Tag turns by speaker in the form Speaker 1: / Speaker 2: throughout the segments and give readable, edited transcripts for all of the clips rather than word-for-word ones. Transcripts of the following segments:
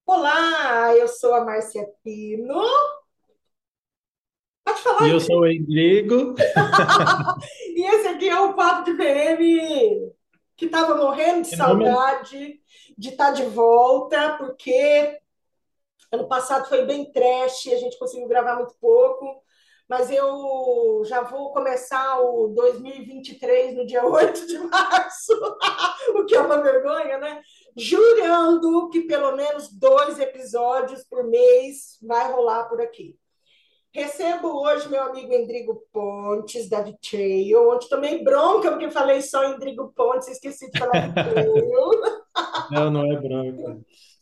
Speaker 1: Olá, eu sou a Márcia Pino. Pode
Speaker 2: E
Speaker 1: falar,
Speaker 2: eu sou
Speaker 1: Endrigo.
Speaker 2: o Endrigo.
Speaker 1: E esse aqui é o Papo de VM, que estava morrendo de
Speaker 2: Em nome...
Speaker 1: saudade de estar de volta, porque ano passado foi bem trash, a gente conseguiu gravar muito pouco, mas eu já vou começar o 2023 no dia 8 de março, o que é uma vergonha, né? Jurando que pelo menos 2 episódios por mês vai rolar por aqui. Recebo hoje meu amigo Endrigo Pontes, da Vitrail. Ontem tomei bronca porque falei só Endrigo Pontes, esqueci de falar Vitrail.
Speaker 2: Não, não é branca.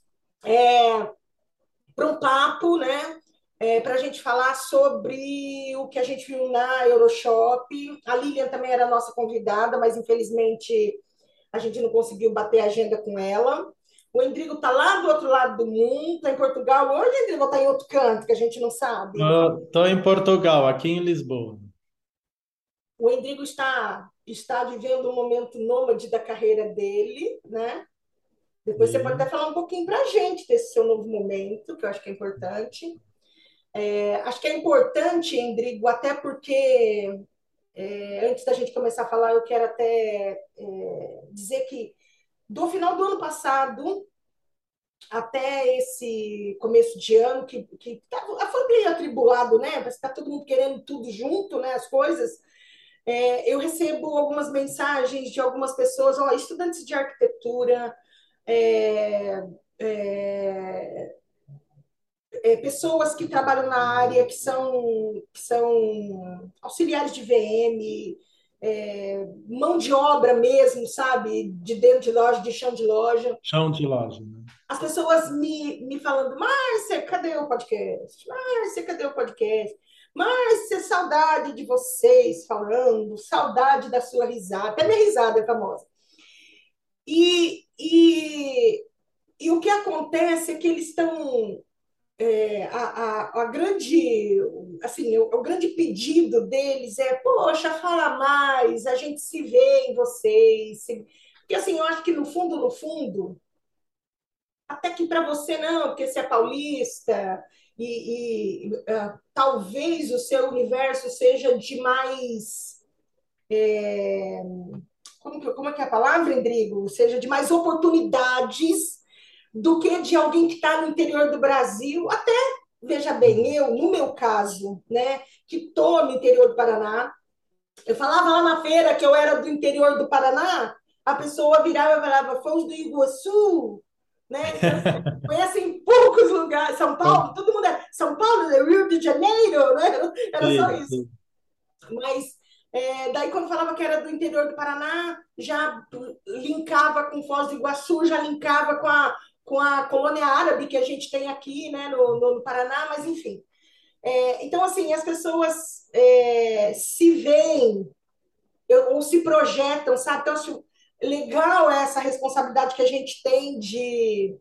Speaker 1: Para um papo, né? Para a gente falar sobre o que a gente viu na Euroshop. A Lilian também era nossa convidada, mas infelizmente a gente não conseguiu bater a agenda com ela. O Endrigo está lá do outro lado do mundo, está em Portugal. Hoje o Endrigo está em outro canto, que a gente não sabe.
Speaker 2: Estou em Portugal, aqui em Lisboa.
Speaker 1: O Endrigo está vivendo um momento nômade da carreira dele, né? Depois você pode até
Speaker 2: Sim.
Speaker 1: falar um pouquinho para a gente desse seu novo momento, que eu acho que é importante. Acho que é importante, Endrigo, até porque antes da gente começar a falar, eu quero até dizer que do final do ano passado até esse começo de ano, foi bem atribulado, né? Parece que está todo mundo querendo tudo junto, né? As coisas. Eu recebo algumas mensagens de algumas pessoas, ó, estudantes de arquitetura, é, é, pessoas que trabalham na área, que são auxiliares de VM, mão de obra mesmo, sabe? De dentro de loja, de chão de loja.
Speaker 2: Chão de loja, né?
Speaker 1: As pessoas me falando, Márcia, cadê o podcast? Márcia, cadê o podcast? Márcia, saudade de vocês falando, saudade da sua risada. Até minha risada é famosa. E, e, e o que acontece é que eles estão. A grande, assim, o grande pedido deles é, poxa, fala mais, a gente se vê em vocês. Porque assim, eu acho que no fundo, até que para você não, porque você é paulista talvez o seu universo seja de mais, como é que é a palavra, Rodrigo? Seja de mais oportunidades do que de alguém que está no interior do Brasil. Até, veja bem,
Speaker 2: Hum.
Speaker 1: eu, no meu caso, né, que estou no interior do Paraná, eu falava lá na feira que eu era do interior do Paraná, a pessoa virava e falava, fomos do Iguaçu, né? Então, assim, conhecem poucos lugares. São Paulo, todo mundo é São Paulo, Rio de Janeiro, né? Era só
Speaker 2: Sim,
Speaker 1: isso.
Speaker 2: sim.
Speaker 1: Mas daí, quando falava que era do interior do Paraná, já linkava com Foz do Iguaçu, já linkava com a colônia árabe que a gente tem aqui, né, no Paraná, mas enfim. Então, assim, as pessoas se veem ou se projetam, sabe? Então, assim, legal essa responsabilidade que a gente tem de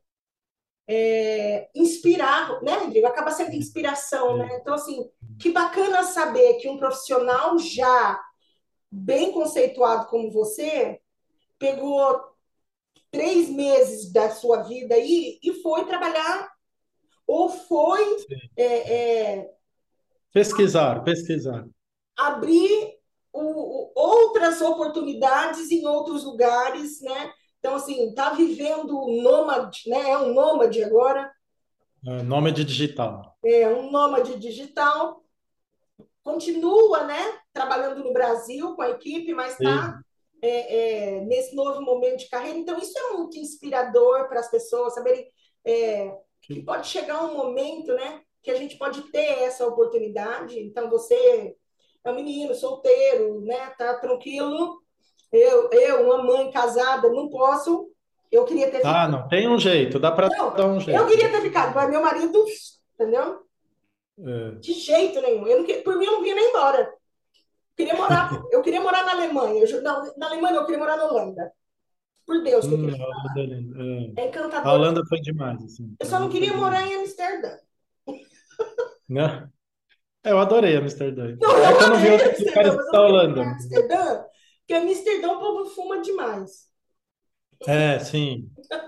Speaker 1: inspirar, né, Rodrigo? Acaba sendo inspiração, né?
Speaker 2: Sim.
Speaker 1: Então, assim, que bacana saber que um profissional já bem conceituado como você pegou 3 meses da sua vida aí e foi trabalhar ou foi
Speaker 2: Sim.
Speaker 1: é, é,
Speaker 2: Pesquisar, pesquisar.
Speaker 1: abrir outras oportunidades em outros lugares, né? Então, assim, tá vivendo o nômade, né? É um nômade agora,
Speaker 2: Nômade digital.
Speaker 1: é um nômade digital. Continua, né? Trabalhando no Brasil com a equipe, mas está
Speaker 2: Sim.
Speaker 1: nesse novo momento de carreira. Então, isso é muito inspirador para as pessoas saberem que
Speaker 2: Que-
Speaker 1: pode chegar um momento, né? Que a gente pode ter essa oportunidade. Então, você é um menino solteiro, né? Tá tranquilo. Uma mãe casada, não posso. Eu queria ter
Speaker 2: Ah,
Speaker 1: ficado.
Speaker 2: não, tem um jeito, dá para
Speaker 1: Não,
Speaker 2: dar um
Speaker 1: eu
Speaker 2: jeito.
Speaker 1: queria ter ficado, mas meu marido, entendeu?
Speaker 2: É.
Speaker 1: De jeito nenhum. Eu não, por mim, eu não vinha nem embora. Eu queria morar na Alemanha. Não, na Alemanha não, eu queria morar na Holanda. Por Deus que eu queria
Speaker 2: A
Speaker 1: morar lá.
Speaker 2: Holanda, é linda.
Speaker 1: É
Speaker 2: A
Speaker 1: encantador.
Speaker 2: Holanda foi demais, assim.
Speaker 1: Eu
Speaker 2: A
Speaker 1: só não
Speaker 2: Holanda foi
Speaker 1: queria morar
Speaker 2: demais.
Speaker 1: em Amsterdã.
Speaker 2: Né? Eu adorei Amsterdã,
Speaker 1: Não,
Speaker 2: então. É
Speaker 1: eu
Speaker 2: que eu não vi
Speaker 1: amei
Speaker 2: outros
Speaker 1: Amsterdã,
Speaker 2: lugares
Speaker 1: mas eu
Speaker 2: da
Speaker 1: não queria
Speaker 2: Holanda.
Speaker 1: morar em Amsterdã, porque Amsterdã o povo fuma demais.
Speaker 2: É, sim.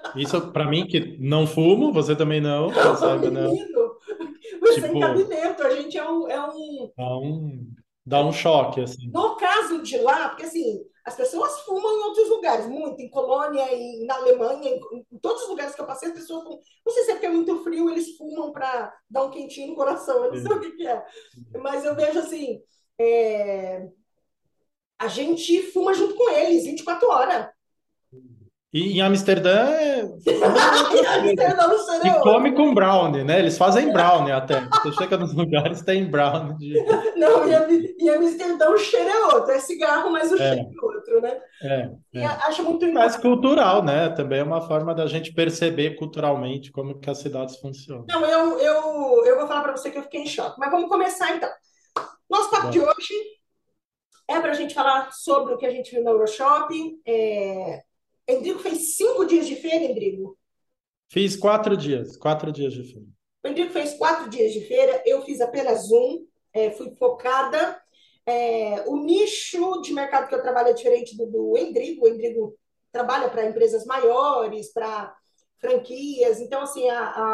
Speaker 2: Isso para mim que não fumo, você também não, que eu saiba não.
Speaker 1: Menino, você é
Speaker 2: Tipo,
Speaker 1: cabimento, a gente é um.
Speaker 2: dá um choque, assim.
Speaker 1: No caso de lá, porque assim, as pessoas fumam em outros lugares, muito, em Colônia, na Alemanha, em todos os lugares que eu passei, as pessoas fumam. Não sei se é porque é muito frio, eles fumam para dar um quentinho no coração, eu não sei o que que é. Mas eu vejo assim, é, a gente fuma junto com eles, 24 horas.
Speaker 2: E em Amsterdã fuma outra coisa.
Speaker 1: Amsterdã não seria
Speaker 2: E come
Speaker 1: outro.
Speaker 2: com brownie, né? Eles fazem brownie até. Você chega nos lugares, tem brownie
Speaker 1: Não, em Amsterdã o cheiro é outro, é cigarro, mas o cheiro
Speaker 2: É,
Speaker 1: é outro, né?
Speaker 2: é,
Speaker 1: E
Speaker 2: é.
Speaker 1: acho muito
Speaker 2: Mas
Speaker 1: importante.
Speaker 2: cultural, né? Também é uma forma da gente perceber culturalmente como que as cidades funcionam.
Speaker 1: Não, eu vou falar para você que eu fiquei em choque. Mas vamos começar então. Nosso papo de
Speaker 2: Bom,
Speaker 1: hoje é para a gente falar sobre o que a gente viu no Euroshopping. Endrigo fez 5 dias de feira, Endrigo.
Speaker 2: fiz 4 dias de filme.
Speaker 1: O Endrigo fez 4 dias de feira, eu fiz apenas um, fui focada. O nicho de mercado que eu trabalho é diferente do Endrigo. O Endrigo trabalha para empresas maiores, para franquias. Então, assim,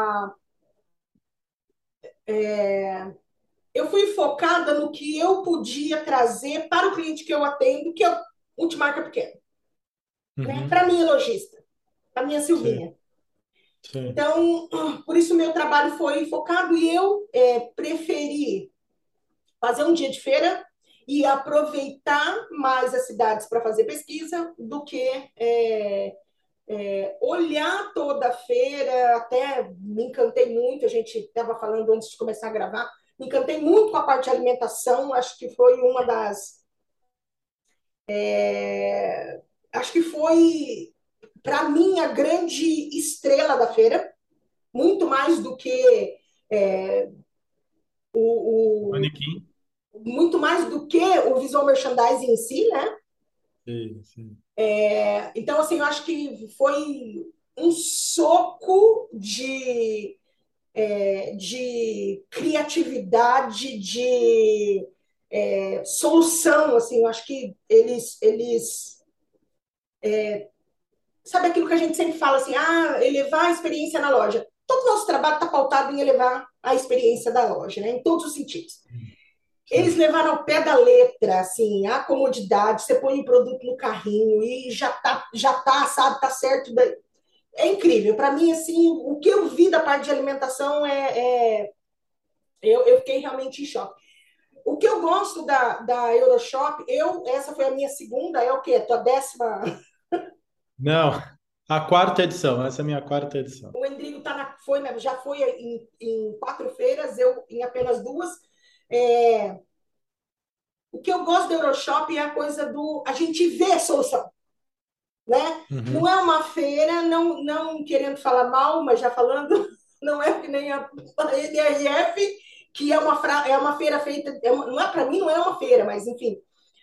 Speaker 1: eu fui focada no que eu podia trazer para o cliente que eu atendo, que é o multimarca pequeno, né? Para
Speaker 2: Uhum.
Speaker 1: a minha lojista, para a minha
Speaker 2: Sim,
Speaker 1: Silvinha.
Speaker 2: sim.
Speaker 1: Então, por isso meu trabalho foi focado e eu preferi fazer um dia de feira e aproveitar mais as cidades para fazer pesquisa do que olhar toda a feira. Até me encantei muito, a gente estava falando antes de começar a gravar, me encantei muito com a parte de alimentação, acho que foi uma das. Acho que foi, para mim, a grande estrela da feira, muito mais do que é, o,
Speaker 2: Manequim.
Speaker 1: muito mais do que o visual merchandising em si, né?
Speaker 2: Sim, sim.
Speaker 1: Então, assim, eu acho que foi um soco de criatividade, de solução, assim, eu acho que eles sabe aquilo que a gente sempre fala assim, elevar a experiência na loja. Todo o nosso trabalho está pautado em elevar a experiência da loja, né? Em todos os sentidos. Eles
Speaker 2: Sim.
Speaker 1: levaram ao pé da letra, assim, a comodidade, você põe o produto no carrinho e já tá, sabe, tá certo. É incrível. Para mim, assim, o que eu vi da parte de alimentação eu fiquei realmente em choque. O que eu gosto da Euroshop, essa foi a minha segunda, é o quê? Tua décima.
Speaker 2: Não, a quarta edição. Essa é a minha quarta edição.
Speaker 1: O Endrigo já foi em 4 feiras, eu em apenas 2. É, o que eu gosto do Euroshop é a coisa do a gente ver a solução, né? Não
Speaker 2: Uhum.
Speaker 1: é uma feira, não querendo falar mal, mas já falando, não é que nem a NRF, que é uma feira feita, não é para mim, não é uma feira, mas enfim,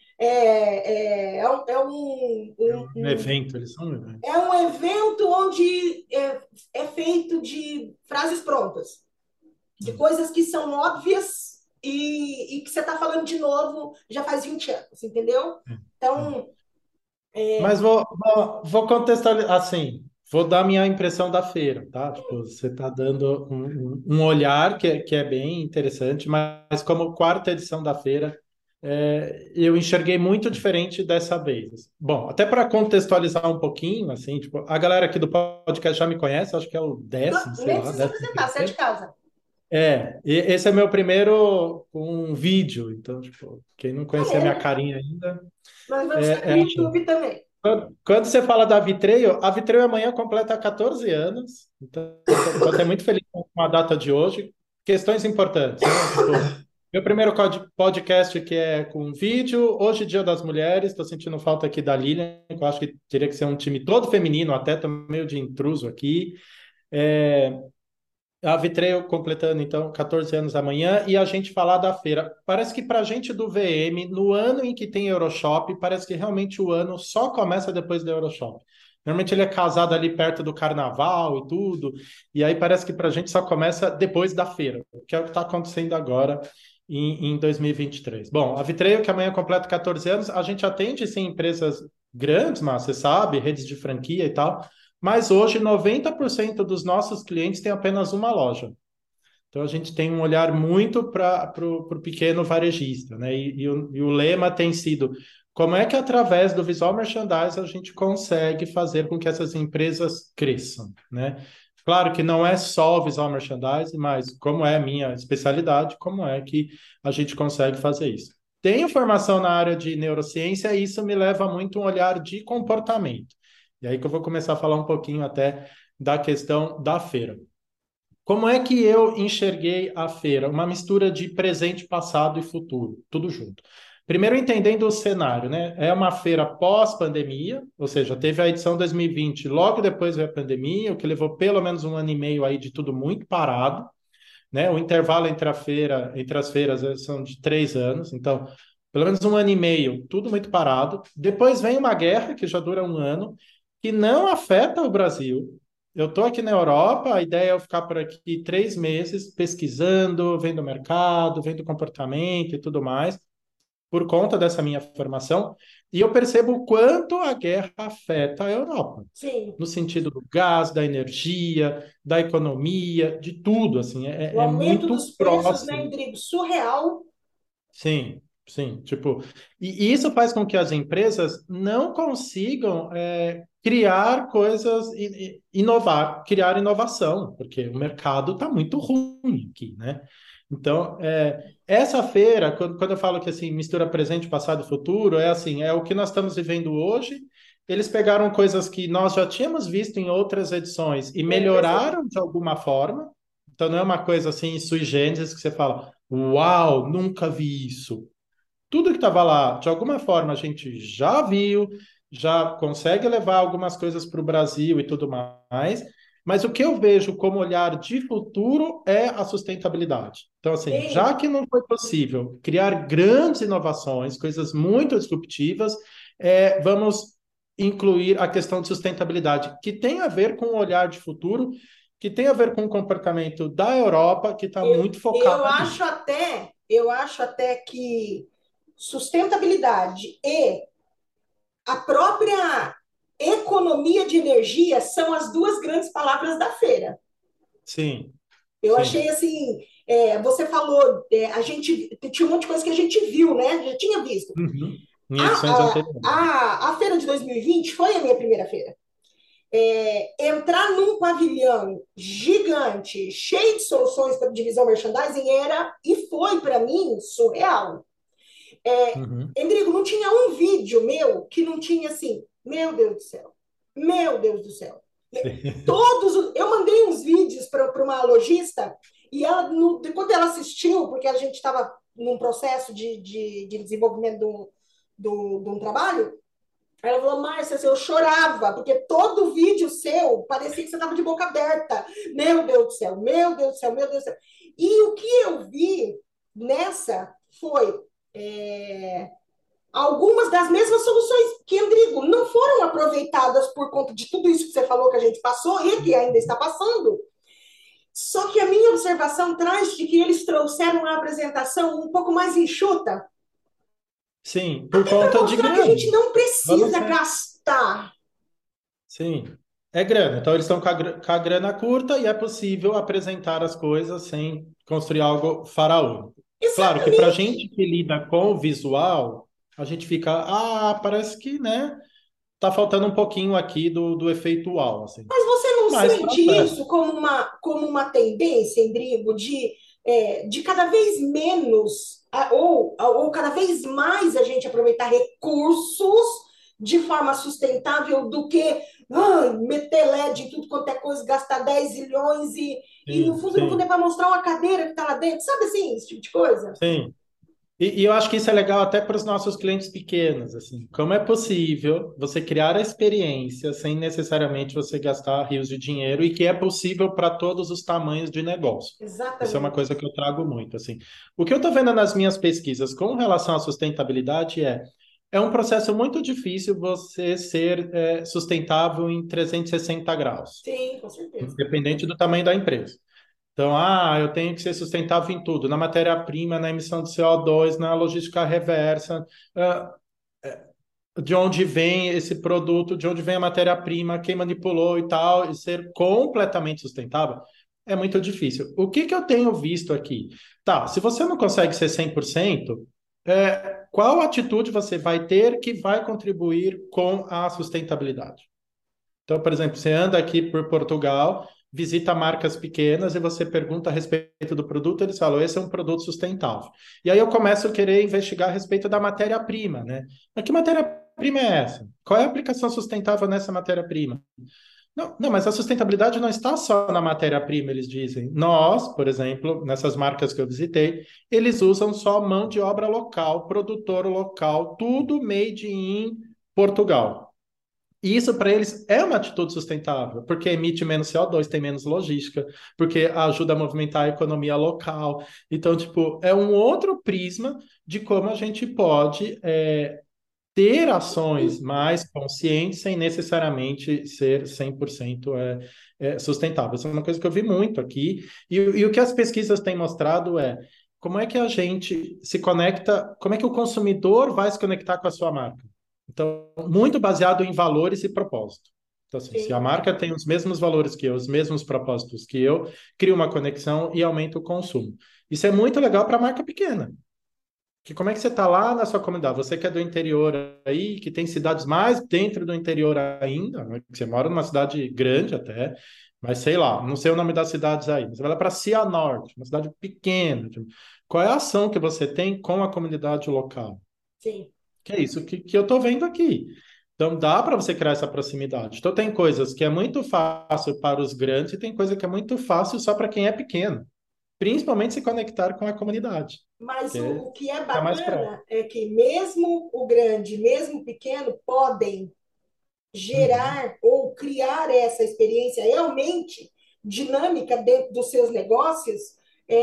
Speaker 2: É um evento, eles são um evento.
Speaker 1: é um evento onde é feito de frases prontas, de
Speaker 2: Hum.
Speaker 1: coisas que são óbvias e que você está falando de novo já faz 20 anos, entendeu?
Speaker 2: É, é.
Speaker 1: Então,
Speaker 2: Mas vou contextualizar, assim, vou dar minha impressão da feira, tá? Tipo, você está dando um olhar que é bem interessante, mas como quarta edição da feira, eu enxerguei muito diferente dessa vez. Bom, até para contextualizar um pouquinho, assim, tipo, a galera aqui do podcast já me conhece, acho que é o décimo, sei
Speaker 1: nem
Speaker 2: lá,
Speaker 1: precisa se
Speaker 2: décimo
Speaker 1: apresentar, você é de
Speaker 2: terceiro.
Speaker 1: casa.
Speaker 2: E esse é meu primeiro um vídeo, então, tipo, quem não conhecia minha
Speaker 1: Valeu.
Speaker 2: carinha ainda,
Speaker 1: Nós vamos estar
Speaker 2: é
Speaker 1: no
Speaker 2: aqui.
Speaker 1: YouTube também.
Speaker 2: Quando você fala da Vitreio, a Vitreio amanhã completa 14 anos, então estou até muito feliz com a data de hoje. Questões importantes, né? Tipo, meu primeiro podcast que é com vídeo, hoje Dia das Mulheres, estou sentindo falta aqui da Lilian, que eu acho que teria que ser um time todo feminino, até estou meio de intruso aqui. É, a Vitreio completando, então, 14 anos amanhã e a gente falar da feira. Parece que para a gente do VM, no ano em que tem Euroshop, parece que realmente o ano só começa depois do Euroshop. Normalmente ele é casado ali perto do carnaval e tudo, e aí parece que para a gente só começa depois da feira, que é o que está acontecendo agora em 2023. Bom, a Vitreio, que amanhã completa 14 anos, a gente atende sim empresas grandes, mas você sabe, redes de franquia e tal, mas hoje 90% dos nossos clientes têm apenas uma loja. Então a gente tem um olhar muito para o pequeno varejista, né? E o lema tem sido como é que através do visual merchandising a gente consegue fazer com que essas empresas cresçam, né? Claro que não é só o visual merchandising, mas como é a minha especialidade, como é que a gente consegue fazer isso? Tenho formação na área de neurociência e isso me leva muito a um olhar de comportamento. E aí que eu vou começar a falar um pouquinho até da questão da feira. Como é que eu enxerguei a feira? Uma mistura de presente, passado e futuro, tudo junto. Primeiro, entendendo o cenário, né? É uma feira pós-pandemia, ou seja, teve a edição 2020, logo depois veio a pandemia, o que levou pelo menos um ano e meio aí de tudo muito parado, né? O intervalo entre a feira, entre as feiras são de 3 anos, então, pelo menos um ano e meio, tudo muito parado. Depois vem uma guerra que já dura um ano, que não afeta o Brasil. Eu estou aqui na Europa, a ideia é eu ficar por aqui 3 meses pesquisando, vendo o mercado, vendo o comportamento e tudo mais, por conta dessa minha formação, e eu percebo o quanto a guerra afeta a Europa
Speaker 1: Sim.
Speaker 2: no sentido do gás, da energia, da economia, de tudo, assim,
Speaker 1: O
Speaker 2: é
Speaker 1: aumento
Speaker 2: muito
Speaker 1: dos preços, né,
Speaker 2: próximo.
Speaker 1: Rodrigo? Surreal.
Speaker 2: Sim, sim, tipo, e isso faz com que as empresas não consigam criar coisas, inovar, criar inovação, porque o mercado está muito ruim aqui, né? Então, essa feira, quando eu falo que assim, mistura presente, passado e futuro, é assim, é o que nós estamos vivendo hoje. Eles pegaram coisas que nós já tínhamos visto em outras edições e
Speaker 1: É, percebi.
Speaker 2: melhoraram de alguma forma. Então, não é uma coisa assim sui generis que você fala, uau, nunca vi isso. Tudo que estava lá, de alguma forma, a gente já viu, já consegue levar algumas coisas para o Brasil e tudo mais. Mas o que eu vejo como olhar de futuro é a sustentabilidade. Então, assim, já
Speaker 1: Sim,
Speaker 2: que não foi possível criar grandes inovações, coisas muito disruptivas, vamos incluir a questão de sustentabilidade, que tem a ver com o olhar de futuro, que tem a ver com o comportamento da Europa, que está muito focado ali.
Speaker 1: eu acho até que sustentabilidade e a própria economia de energia são as duas grandes palavras da feira.
Speaker 2: Sim,
Speaker 1: Eu achei
Speaker 2: sim.
Speaker 1: assim, você falou, a gente tinha um monte de coisa que a gente viu, né? Já tinha visto.
Speaker 2: Uhum. Em
Speaker 1: A,
Speaker 2: edições
Speaker 1: a,
Speaker 2: anteriores.
Speaker 1: a feira de 2020 foi a minha primeira feira. Entrar num pavilhão gigante, cheio de soluções para divisão merchandising, era e foi para mim surreal.
Speaker 2: Uhum.
Speaker 1: Endrigo, não tinha um vídeo meu que não tinha assim, meu Deus do céu, meu Deus do céu.
Speaker 2: Sim.
Speaker 1: Todos, eu mandei uns vídeos para uma lojista e ela, quando ela assistiu, porque a gente estava num processo de desenvolvimento de um trabalho, ela falou, Márcia, eu chorava, porque todo vídeo seu parecia que você estava de boca aberta. Meu Deus do céu, meu Deus do céu, meu Deus do céu. E o que eu vi nessa foi algumas das mesmas soluções que, Rodrigo, não foram aproveitadas por conta de tudo isso que você falou que a gente passou e que ainda está passando. Só que a minha observação traz de que eles trouxeram uma apresentação um pouco mais enxuta,
Speaker 2: Sim, por
Speaker 1: para
Speaker 2: conta de
Speaker 1: mostrar que a
Speaker 2: grana.
Speaker 1: gente não
Speaker 2: Vamos
Speaker 1: precisa
Speaker 2: ser.
Speaker 1: gastar.
Speaker 2: Sim, é grana. Então eles estão com a grana curta e é possível apresentar as coisas sem construir algo faraônico. Claro que para a gente
Speaker 1: Exatamente.
Speaker 2: que lida com o visual, a gente fica, parece que, né, tá faltando um pouquinho aqui do efeito uau, assim.
Speaker 1: Mas você não
Speaker 2: Mas tá
Speaker 1: sente
Speaker 2: certo.
Speaker 1: isso como uma tendência, Endrigo, de cada vez menos, ou cada vez mais a gente aproveitar recursos de forma sustentável do que meter LED em tudo quanto é coisa, gastar 10 milhões e no
Speaker 2: Sim,
Speaker 1: fundo não poder
Speaker 2: sim,
Speaker 1: para mostrar uma cadeira que está lá dentro, sabe assim, esse tipo de coisa?
Speaker 2: sim. E eu acho que isso é legal até para os nossos clientes pequenos, assim. Como é possível você criar a experiência sem necessariamente você gastar rios de dinheiro e que é possível para todos os tamanhos de negócio. Isso é uma
Speaker 1: Exatamente.
Speaker 2: coisa que eu trago muito, assim. O que eu estou vendo nas minhas pesquisas com relação à sustentabilidade é um processo muito difícil você ser sustentável em 360 graus,
Speaker 1: Sim, com certeza.
Speaker 2: independente do tamanho da empresa. Então, eu tenho que ser sustentável em tudo, na matéria-prima, na emissão de CO2, na logística reversa. de onde vem esse produto, de onde vem a matéria-prima, quem manipulou e tal, e ser completamente sustentável, é muito difícil. O que que eu tenho visto aqui? Tá, se você não consegue ser 100%, qual atitude você vai ter que vai contribuir com a sustentabilidade? Então, por exemplo, você anda aqui por Portugal, visita marcas pequenas e você pergunta a respeito do produto, eles falam, esse é um produto sustentável. E aí eu começo a querer investigar a respeito da matéria-prima, né? Mas que matéria-prima é essa? Qual é a aplicação sustentável nessa matéria-prima? Não, não, mas a sustentabilidade não está só na matéria-prima, eles dizem. Nós, por exemplo, nessas marcas que eu visitei, eles usam só mão de obra local, produtor local, tudo made in Portugal. E isso para eles é uma atitude sustentável, porque emite menos CO2, tem menos logística, porque ajuda a movimentar a economia local. Então, tipo, é um outro prisma de como a gente pode ter ações mais conscientes sem necessariamente ser 100% sustentável. Isso é uma coisa que eu vi muito aqui. E o que as pesquisas têm mostrado é como é que a gente se conecta, como é que o consumidor vai se conectar com a sua marca. Então, muito baseado em valores e propósito. Então, assim, se a
Speaker 1: Sim.
Speaker 2: marca tem os mesmos valores que eu, os mesmos propósitos que eu, cria uma conexão e aumenta o consumo. Isso é muito legal para a marca pequena. Que como é que você está lá na sua comunidade? Você que é do interior aí, que tem cidades mais dentro do interior ainda, né? Você mora numa cidade grande até, mas sei lá, não sei o nome das cidades aí, mas você vai lá para Cianorte, uma cidade pequena. Tipo, qual é a ação que você tem com a comunidade local?
Speaker 1: Sim.
Speaker 2: Que é isso que eu estou vendo aqui. Então dá para você criar essa proximidade. Então tem coisas que é muito fácil para os grandes e tem coisa que é muito fácil só para quem é pequeno, principalmente se conectar com a comunidade,
Speaker 1: Mas
Speaker 2: que
Speaker 1: o que é
Speaker 2: fica mais próximo.
Speaker 1: bacana é que mesmo o grande, mesmo o pequeno, podem
Speaker 2: Uhum.
Speaker 1: gerar ou criar essa experiência realmente dinâmica dentro dos seus negócios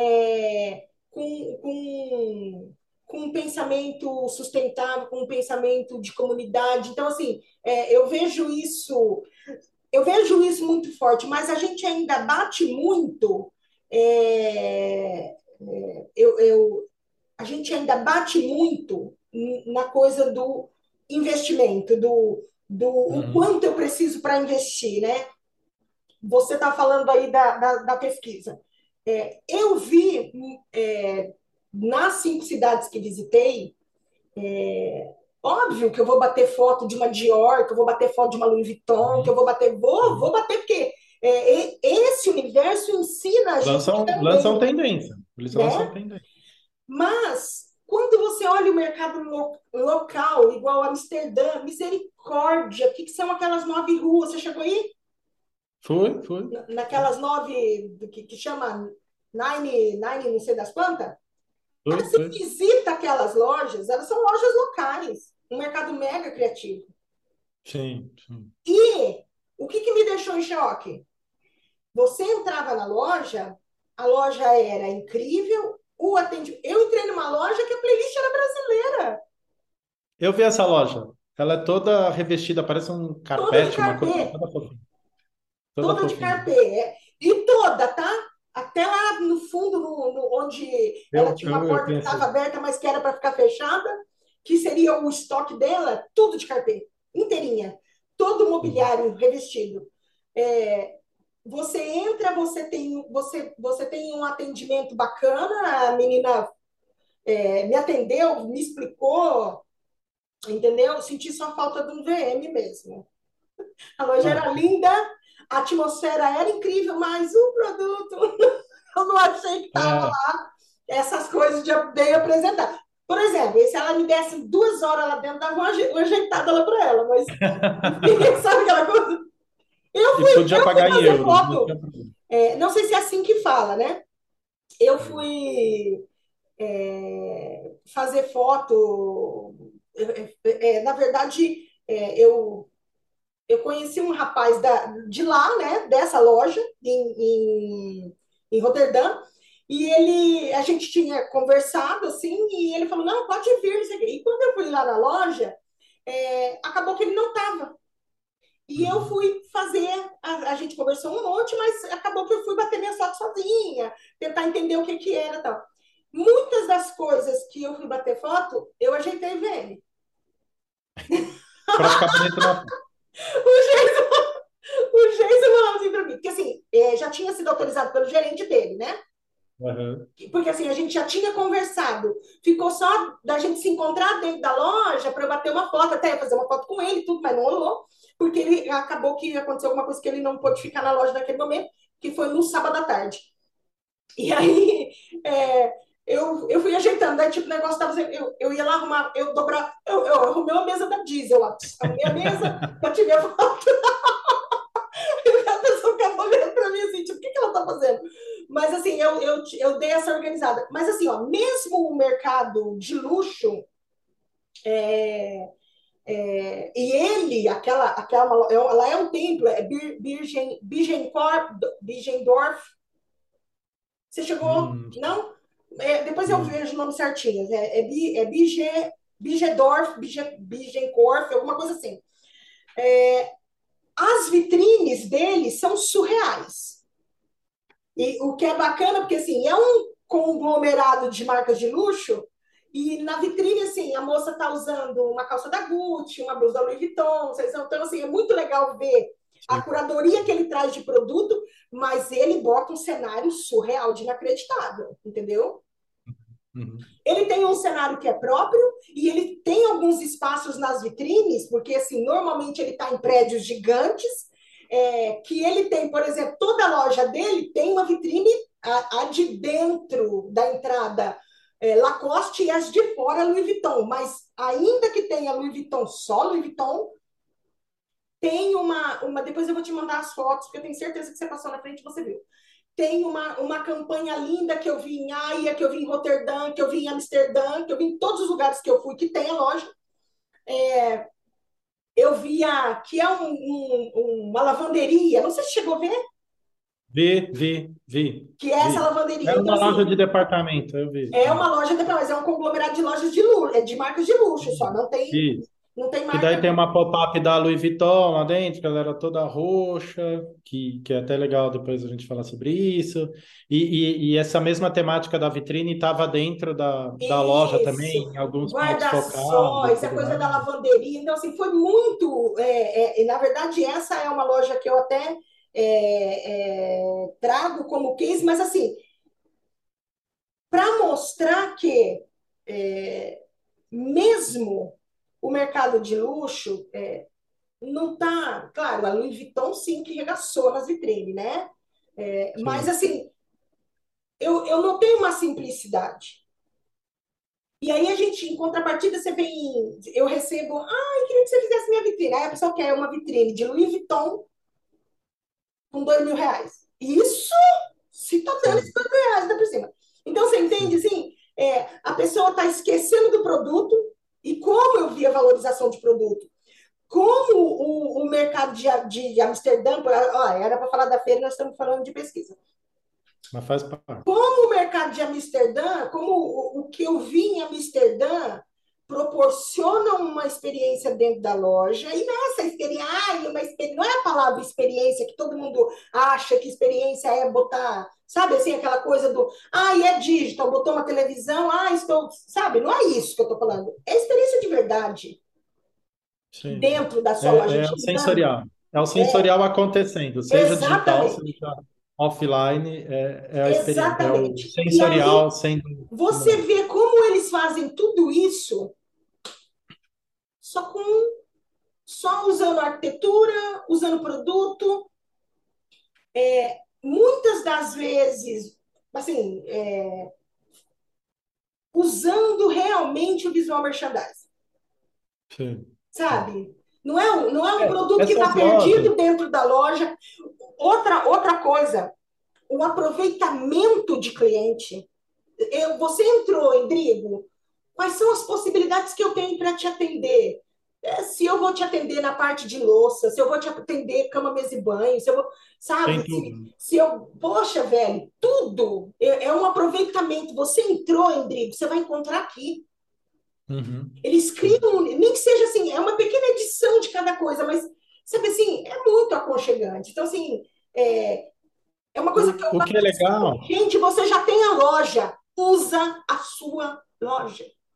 Speaker 1: com um pensamento sustentável, com um pensamento de comunidade. Então, assim, eu vejo isso muito forte, mas a gente ainda bate muito. é, a gente ainda bate muito na coisa do investimento, do o
Speaker 2: Uhum.
Speaker 1: quanto eu preciso para investir, né? Você está falando aí da pesquisa. Eu vi nas 5 cidades que visitei, óbvio que eu vou bater foto de uma Dior, que eu vou bater foto de uma Louis Vuitton, que eu
Speaker 2: Uhum.
Speaker 1: vou bater, vou
Speaker 2: Uhum.
Speaker 1: bater porque esse universo ensina a gente
Speaker 2: Lançam
Speaker 1: também,
Speaker 2: tendência. Eles lançam
Speaker 1: né?
Speaker 2: tendência.
Speaker 1: Mas, quando você olha o mercado local, igual Amsterdã, misericórdia, o que são aquelas 9 ruas? Você chegou aí?
Speaker 2: Foi, foi.
Speaker 1: Naquelas 9, do que chama Nine, não sei das quantas? Cara,
Speaker 2: Foi,
Speaker 1: você
Speaker 2: foi.
Speaker 1: visita aquelas lojas, elas são lojas locais, um mercado mega criativo.
Speaker 2: Sim, sim.
Speaker 1: E o que me deixou em choque? Você entrava na loja, a loja era incrível, o atendimento. Eu entrei numa loja que a playlist era brasileira.
Speaker 2: Eu vi essa loja. Ela é toda revestida, parece um
Speaker 1: Toda de
Speaker 2: carpete, uma coisa
Speaker 1: carpê,
Speaker 2: toda fofinha. Toda
Speaker 1: toda de
Speaker 2: fofinha.
Speaker 1: carpê. E toda, tá? Até lá no fundo, onde ela tinha uma
Speaker 2: Eu
Speaker 1: porta que estava
Speaker 2: conheci.
Speaker 1: aberta, mas que era para ficar fechada, que seria o estoque dela, tudo de carpê, inteirinha. Todo
Speaker 2: Uhum.
Speaker 1: mobiliário revestido. É, você entra, você tem um atendimento bacana, a menina me atendeu, me explicou, entendeu? Eu senti só falta de um VM mesmo. A loja
Speaker 2: Ah,
Speaker 1: era linda, a atmosfera era incrível, mas o produto eu não achei que estava
Speaker 2: é,
Speaker 1: essas coisas de bem apresentar. Por exemplo, se ela me desse 2 horas lá dentro, dava uma ajeitada lá para ela, mas sabe aquela coisa?
Speaker 2: e podia
Speaker 1: Eu fui
Speaker 2: pagar em
Speaker 1: fazer
Speaker 2: euros, não
Speaker 1: foto,
Speaker 2: tinha problema.
Speaker 1: não sei se é assim que fala, né? Eu
Speaker 2: Uhum.
Speaker 1: fui fazer foto, na verdade, eu conheci um rapaz de lá, né, dessa loja, em Roterdã, e a gente tinha conversado, assim, e ele falou, não, pode vir, não sei o quê. E quando eu fui lá na loja, acabou que ele não estava. E eu
Speaker 2: Uhum.
Speaker 1: fui fazer, a gente conversou um monte, mas acabou que eu fui bater minha foto sozinha, tentar entender o que que era e tal. Muitas das coisas que eu fui bater foto, eu ajeitei VM.
Speaker 2: para ficar bonito na foto.
Speaker 1: O Geison falou assim para mim, porque assim, já tinha sido autorizado pelo gerente dele, né?
Speaker 2: Aham.
Speaker 1: Porque assim, a gente já tinha conversado. Ficou só da gente se encontrar dentro da loja para eu bater uma foto, até fazer uma foto com ele, tudo, mas não rolou, porque ele acabou que aconteceu alguma coisa que ele não pôde ficar na loja naquele momento, que foi no sábado à tarde. E aí é, eu fui ajeitando, daí tipo, o negócio tava. Eu ia lá arrumar, eu arrumei uma mesa da Diesel lá, arrumei a mesa, bati minha foto, e a pessoa ficava olhando pra mim assim, tipo, o que ela tá fazendo? Mas assim, eu dei essa organizada. Mas assim, ó, mesmo o mercado de luxo, e ele, ela é um templo, é Birgendorf. Você chegou?
Speaker 2: Hum,
Speaker 1: Não? Depois eu
Speaker 2: não.
Speaker 1: vejo o nome certinho. É Bigedorf, Bigenkorf, alguma coisa assim. As vitrines deles são surreais. E o que é bacana, porque assim, é um conglomerado de marcas de luxo, e na vitrine, assim, a moça tá usando uma calça da Gucci, uma blusa da Louis Vuitton, então, assim, é muito legal ver a
Speaker 2: Sim.
Speaker 1: curadoria que ele traz de produto, mas ele bota um cenário surreal de inacreditável, entendeu?
Speaker 2: Uhum.
Speaker 1: Ele tem um cenário que é próprio e ele tem alguns espaços nas vitrines, porque assim, normalmente ele está em prédios gigantes, que ele tem, por exemplo, toda a loja dele tem uma vitrine, a de dentro da entrada Lacoste e as de fora Louis Vuitton, mas ainda que tenha Louis Vuitton só Louis Vuitton, tem depois eu vou te mandar as fotos, porque eu tenho certeza que você passou na frente e você viu. Tem uma campanha linda que eu vi em Haia, que eu vi em Roterdã, que eu vi em Amsterdã, que eu vi em todos os lugares que eu fui, que tem a loja. Eu vi que é uma lavanderia, não sei se chegou a ver,
Speaker 2: Vi.
Speaker 1: que é essa lavanderia.
Speaker 2: É
Speaker 1: Então,
Speaker 2: uma loja
Speaker 1: assim,
Speaker 2: de departamento, eu vi.
Speaker 1: é uma loja, mas é um conglomerado de lojas de luxo, de marcas de luxo só,
Speaker 2: Isso.
Speaker 1: não tem
Speaker 2: Que daí tem
Speaker 1: marca.
Speaker 2: uma pop-up da Louis Vuitton lá dentro, que ela era toda roxa, que é até legal depois a gente falar sobre isso. E essa mesma temática da vitrine estava dentro da loja também,
Speaker 1: Isso,
Speaker 2: em alguns pontos focados e
Speaker 1: guarda-sóis, a
Speaker 2: tudo
Speaker 1: coisa
Speaker 2: mais.
Speaker 1: da lavanderia. Então, assim, foi muito. E, na verdade, essa é uma loja que eu até trago como case, mas, assim, para mostrar que, mesmo o mercado de luxo não está. Claro, a Louis Vuitton, sim, que regaçou nas vitrines, né? Mas,
Speaker 2: Sim.
Speaker 1: assim, eu notei uma simplicidade. E aí a gente, em contrapartida, você vem, eu recebo, queria que você fizesse minha vitrine. Aí a pessoa quer uma vitrine de Louis Vuitton com R$ 2.000. Isso se tá dando esses
Speaker 2: Sim,
Speaker 1: R$ 2.000 ainda por cima. Então você entende
Speaker 2: sim.
Speaker 1: assim? A pessoa está esquecendo do produto, e como eu vi a valorização de produto, como o mercado de Amsterdã, ó, era para falar da feira, nós estamos falando de pesquisa.
Speaker 2: Mas faz parte.
Speaker 1: Como o mercado de Amsterdã, como o que eu vi em Amsterdã proporciona uma experiência dentro da loja, e nessa experiência, não é a palavra experiência que todo mundo acha que experiência é botar, sabe assim, aquela coisa do, é digital, botou uma televisão, sabe, não é isso que eu estou falando, é experiência de verdade
Speaker 2: Sim.
Speaker 1: dentro da sua loja,
Speaker 2: É
Speaker 1: te
Speaker 2: o
Speaker 1: dando,
Speaker 2: sensorial. É o sensorial acontecendo, seja digital, seja
Speaker 1: exatamente,
Speaker 2: offline, é a é o
Speaker 1: exatamente. E
Speaker 2: sensorial
Speaker 1: aí
Speaker 2: sendo
Speaker 1: você
Speaker 2: estimulado.
Speaker 1: vê como eles fazem tudo isso só com só usando arquitetura, usando produto, muitas das vezes, assim, usando realmente o visual merchandising,
Speaker 2: Sim, sim.
Speaker 1: sabe? Não é um produto que
Speaker 2: Essas
Speaker 1: está
Speaker 2: lojas,
Speaker 1: perdido dentro da loja. Outra coisa, o aproveitamento de cliente. Você entrou em Drigo, quais são as possibilidades que eu tenho para te atender? Se eu vou te atender na parte de louça, se eu vou te atender cama, mesa e banho, se eu vou, sabe?
Speaker 2: tem
Speaker 1: Se,
Speaker 2: tudo.
Speaker 1: se eu, poxa, velho, tudo é um aproveitamento. Você entrou em Drigo, você vai encontrar aqui.
Speaker 2: Uhum.
Speaker 1: Eles
Speaker 2: Sim.
Speaker 1: criam, nem que seja assim, é uma pequena edição de cada coisa, mas, sabe assim, é muito aconchegante. Então, assim, é uma coisa que eu
Speaker 2: O
Speaker 1: falo
Speaker 2: que é
Speaker 1: assim,
Speaker 2: legal,
Speaker 1: gente, você já tem a loja, usa a sua loja.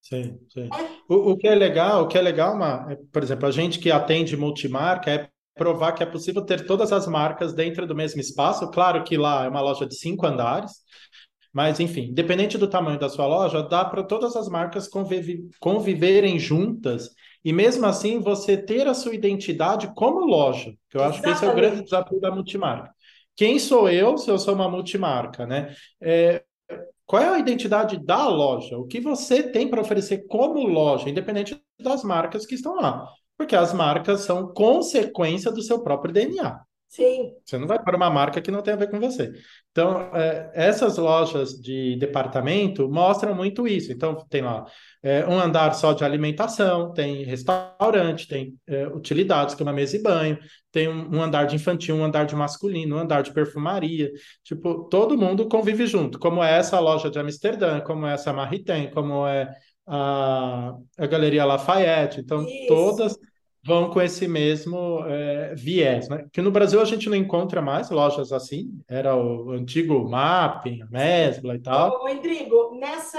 Speaker 2: Sim, sim.
Speaker 1: É,
Speaker 2: O que é legal, por exemplo, a gente que atende multimarca é provar que é possível ter todas as marcas dentro do mesmo espaço. Claro que lá é uma loja de 5 andares, mas enfim, independente do tamanho da sua loja, dá para todas as marcas conviverem juntas e mesmo assim você ter a sua identidade como loja, que eu acho que esse é o grande
Speaker 1: exatamente.
Speaker 2: desafio da multimarca. Quem sou eu se eu sou uma multimarca, né? Qual é a identidade da loja? O que você tem para oferecer como loja, independente das marcas que estão lá? Porque as marcas são consequência do seu próprio DNA.
Speaker 1: Sim,
Speaker 2: Você não vai para uma marca que não tem a ver com você. Então, essas lojas de departamento mostram muito isso. Então, tem lá um andar só de alimentação, tem restaurante, tem utilidades, como a mesa e banho, tem um andar de infantil, um andar de masculino, um andar de perfumaria. Tipo, todo mundo convive junto, como é essa loja de Amsterdã, como é essa Maritem, como é a Galeria Lafayette. Então, todas
Speaker 1: isso.
Speaker 2: vão com esse mesmo viés, né? Que no Brasil a gente não encontra mais lojas assim, era o antigo Mapping, a
Speaker 1: Sim.
Speaker 2: Mesbla e tal.
Speaker 1: Ô, Endrigo,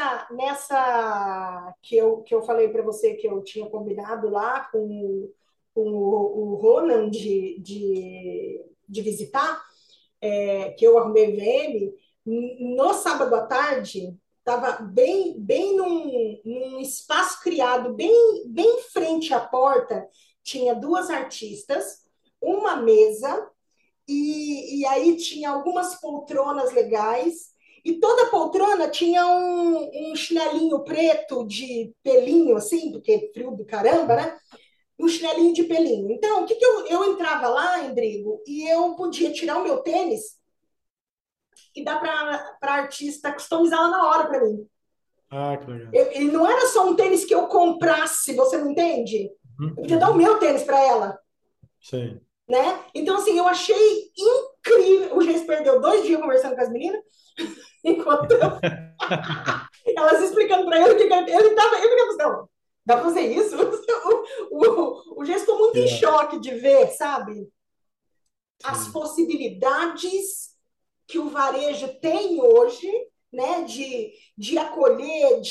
Speaker 1: nessa que eu falei para você que eu tinha combinado lá com o Ronan de visitar, que eu arrumei VM, no sábado à tarde, estava bem num espaço criado, bem em frente à porta, tinha duas artistas, uma mesa, e aí tinha algumas poltronas legais, e toda poltrona tinha um chinelinho preto de pelinho, assim, porque é frio do caramba, né? Um chinelinho de pelinho. Então, o que eu entrava lá, Endrigo, e eu podia tirar o meu tênis e dar para artista customizar ela na hora para mim.
Speaker 2: Ah, que legal.
Speaker 1: E não era só um tênis que eu comprasse, você não entende? Eu
Speaker 2: Uhum,
Speaker 1: podia dar o
Speaker 2: uhum.
Speaker 1: meu tênis para ela,
Speaker 2: Sim.
Speaker 1: né? Então, assim, eu achei incrível. O Geis perdeu 2 dias conversando com as meninas, enquanto elas explicando para ele o que ele estava. Eu ficava assim, não, dá para fazer isso? O Geis ficou muito em
Speaker 2: Yeah,
Speaker 1: choque de ver, sabe? As
Speaker 2: sim.
Speaker 1: possibilidades que o varejo tem hoje, né, de acolher,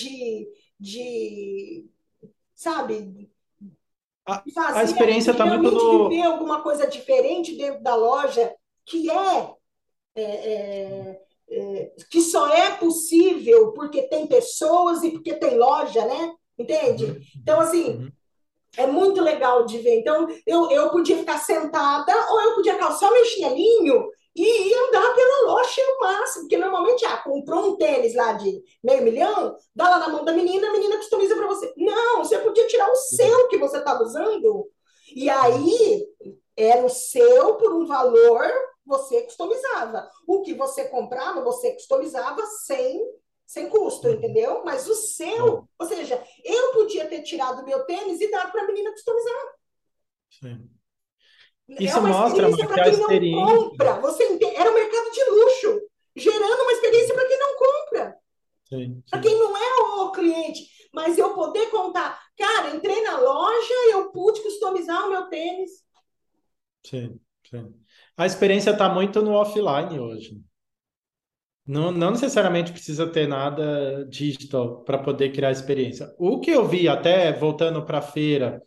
Speaker 1: de sabe, de
Speaker 2: A
Speaker 1: fazer a
Speaker 2: experiência
Speaker 1: gente
Speaker 2: está muito
Speaker 1: realmente viver
Speaker 2: no.
Speaker 1: alguma coisa diferente dentro da loja, que que só é possível porque tem pessoas e porque tem loja, né? Entende?
Speaker 2: Uhum,
Speaker 1: Então,
Speaker 2: uhum,
Speaker 1: assim,
Speaker 2: uhum.
Speaker 1: é muito legal de ver. Então, eu podia ficar sentada ou eu podia calçar meu chinelinho e andar pela loja o máximo, porque normalmente, comprou um tênis lá de meio milhão, dá lá na mão da menina, a menina customiza para você. Não, você podia tirar o
Speaker 2: Sim,
Speaker 1: seu que você estava usando, e
Speaker 2: sim,
Speaker 1: aí era o seu por um valor, você customizava. O que você comprava, você customizava sem custo,
Speaker 2: uhum,
Speaker 1: entendeu? Mas o seu,
Speaker 2: sim,
Speaker 1: ou seja, eu podia ter tirado o meu tênis e dado para a menina customizar.
Speaker 2: sim.
Speaker 1: É
Speaker 2: Isso
Speaker 1: uma
Speaker 2: mostra,
Speaker 1: experiência
Speaker 2: Mar, que
Speaker 1: para
Speaker 2: a
Speaker 1: quem não
Speaker 2: experiência.
Speaker 1: compra. Era um mercado de luxo, gerando uma experiência para quem não compra,
Speaker 2: Sim,
Speaker 1: para quem
Speaker 2: sim,
Speaker 1: não é o cliente. Mas eu poder contar, cara, entrei na loja, eu pude customizar o meu tênis.
Speaker 2: sim, sim. A experiência está muito no offline hoje. Não, não necessariamente precisa ter nada digital para poder criar experiência. O que eu vi, até voltando para a feira,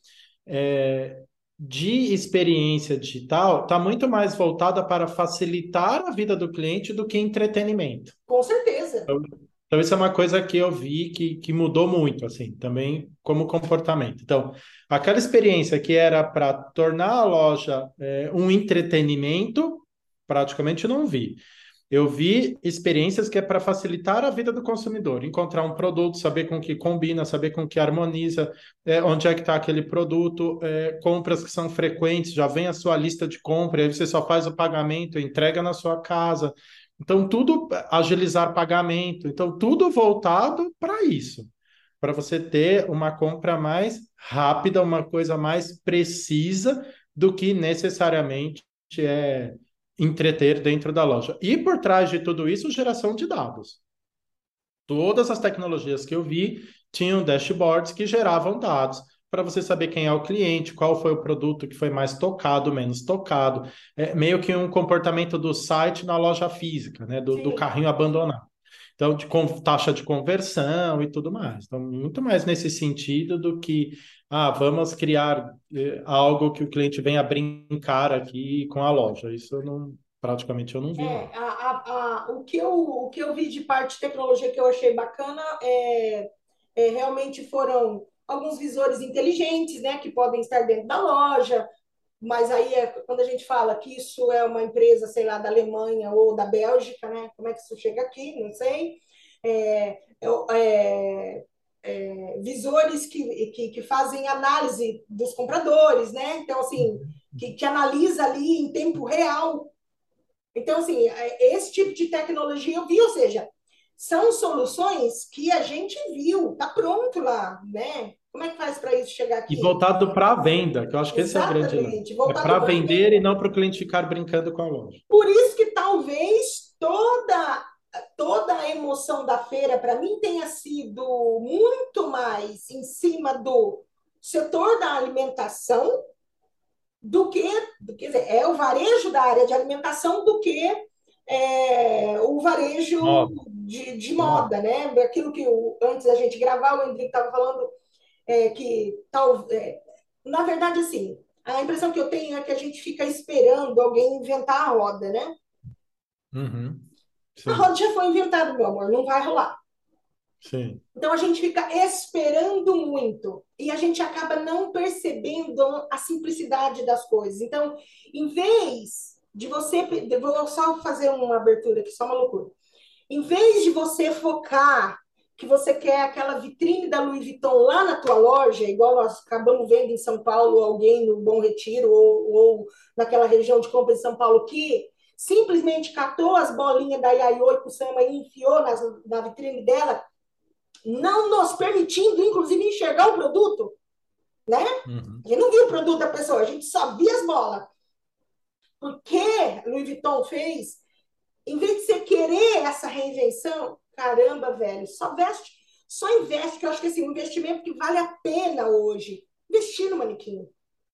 Speaker 2: é, de experiência digital, está muito mais voltada para facilitar a vida do cliente do que entretenimento.
Speaker 1: Com certeza.
Speaker 2: Então, isso é uma coisa que eu vi que mudou muito, assim, também como comportamento. Então, aquela experiência que era para tornar a loja um entretenimento, praticamente não vi. Eu vi experiências que é para facilitar a vida do consumidor, encontrar um produto, saber com que combina, saber com que harmoniza, onde é que está aquele produto, compras que são frequentes, já vem a sua lista de compra, aí você só faz o pagamento, entrega na sua casa. Então, tudo agilizar pagamento, então tudo voltado para isso, para você ter uma compra mais rápida, uma coisa mais precisa do que necessariamente é entreter dentro da loja. E por trás de tudo isso, geração de dados. Todas as tecnologias que eu vi tinham dashboards que geravam dados para você saber quem é o cliente, qual foi o produto que foi mais tocado, menos tocado. É meio que um comportamento do site na loja física, né? Do
Speaker 1: Sim.
Speaker 2: carrinho abandonado. Então, taxa de conversão e tudo mais. Então, muito mais nesse sentido do que, vamos criar algo que o cliente venha brincar aqui com a loja. Isso praticamente eu não vi, não.
Speaker 1: O que eu vi de parte de tecnologia que eu achei bacana realmente foram alguns visores inteligentes, né, que podem estar dentro da loja, mas aí quando a gente fala que isso é uma empresa, sei lá, da Alemanha ou da Bélgica, né? Como é que isso chega aqui? Não sei. É, visores que fazem análise dos compradores, né? Então, assim, que analisa ali em tempo real. Então, assim, esse tipo de tecnologia eu vi, ou seja, são soluções que a gente viu, tá pronto lá, né? Como é que faz para isso chegar
Speaker 2: E
Speaker 1: aqui?
Speaker 2: voltado para a venda, que eu acho que esse é o grande lance.
Speaker 1: Exatamente,
Speaker 2: É
Speaker 1: voltado
Speaker 2: para
Speaker 1: para
Speaker 2: vender e
Speaker 1: venda.
Speaker 2: não para o cliente ficar brincando com a loja.
Speaker 1: Por isso que talvez toda a emoção da feira para mim tenha sido muito mais em cima do setor da alimentação quer dizer, é o varejo da área de alimentação do que o varejo
Speaker 2: Moda,
Speaker 1: de
Speaker 2: moda.
Speaker 1: moda, né? Aquilo que antes da gente gravar, o Henrique estava falando que tal, na verdade, assim, a impressão que eu tenho é que a gente fica esperando alguém inventar a roda, né?
Speaker 2: Uhum.
Speaker 1: A roda
Speaker 2: Sim,
Speaker 1: já foi inventada, meu amor, não vai rolar.
Speaker 2: sim.
Speaker 1: Então a gente fica esperando muito e a gente acaba não percebendo a simplicidade das coisas. Então, em vez de você, vou só fazer uma abertura aqui, só uma loucura. Em vez de você focar que você quer aquela vitrine da Louis Vuitton lá na tua loja, igual nós acabamos vendo em São Paulo, alguém no Bom Retiro ou naquela região de compra de São Paulo que simplesmente catou as bolinhas da Yayoi Kusama e enfiou na vitrine dela, não nos permitindo, inclusive, enxergar o produto, né?
Speaker 2: Uhum.
Speaker 1: A gente não viu o produto da pessoa, a gente só via as bolas. Porque Louis Vuitton fez, em vez de você querer essa reinvenção, caramba, velho, só investe, que eu acho que assim, um investimento que vale a pena hoje, investir no manequim.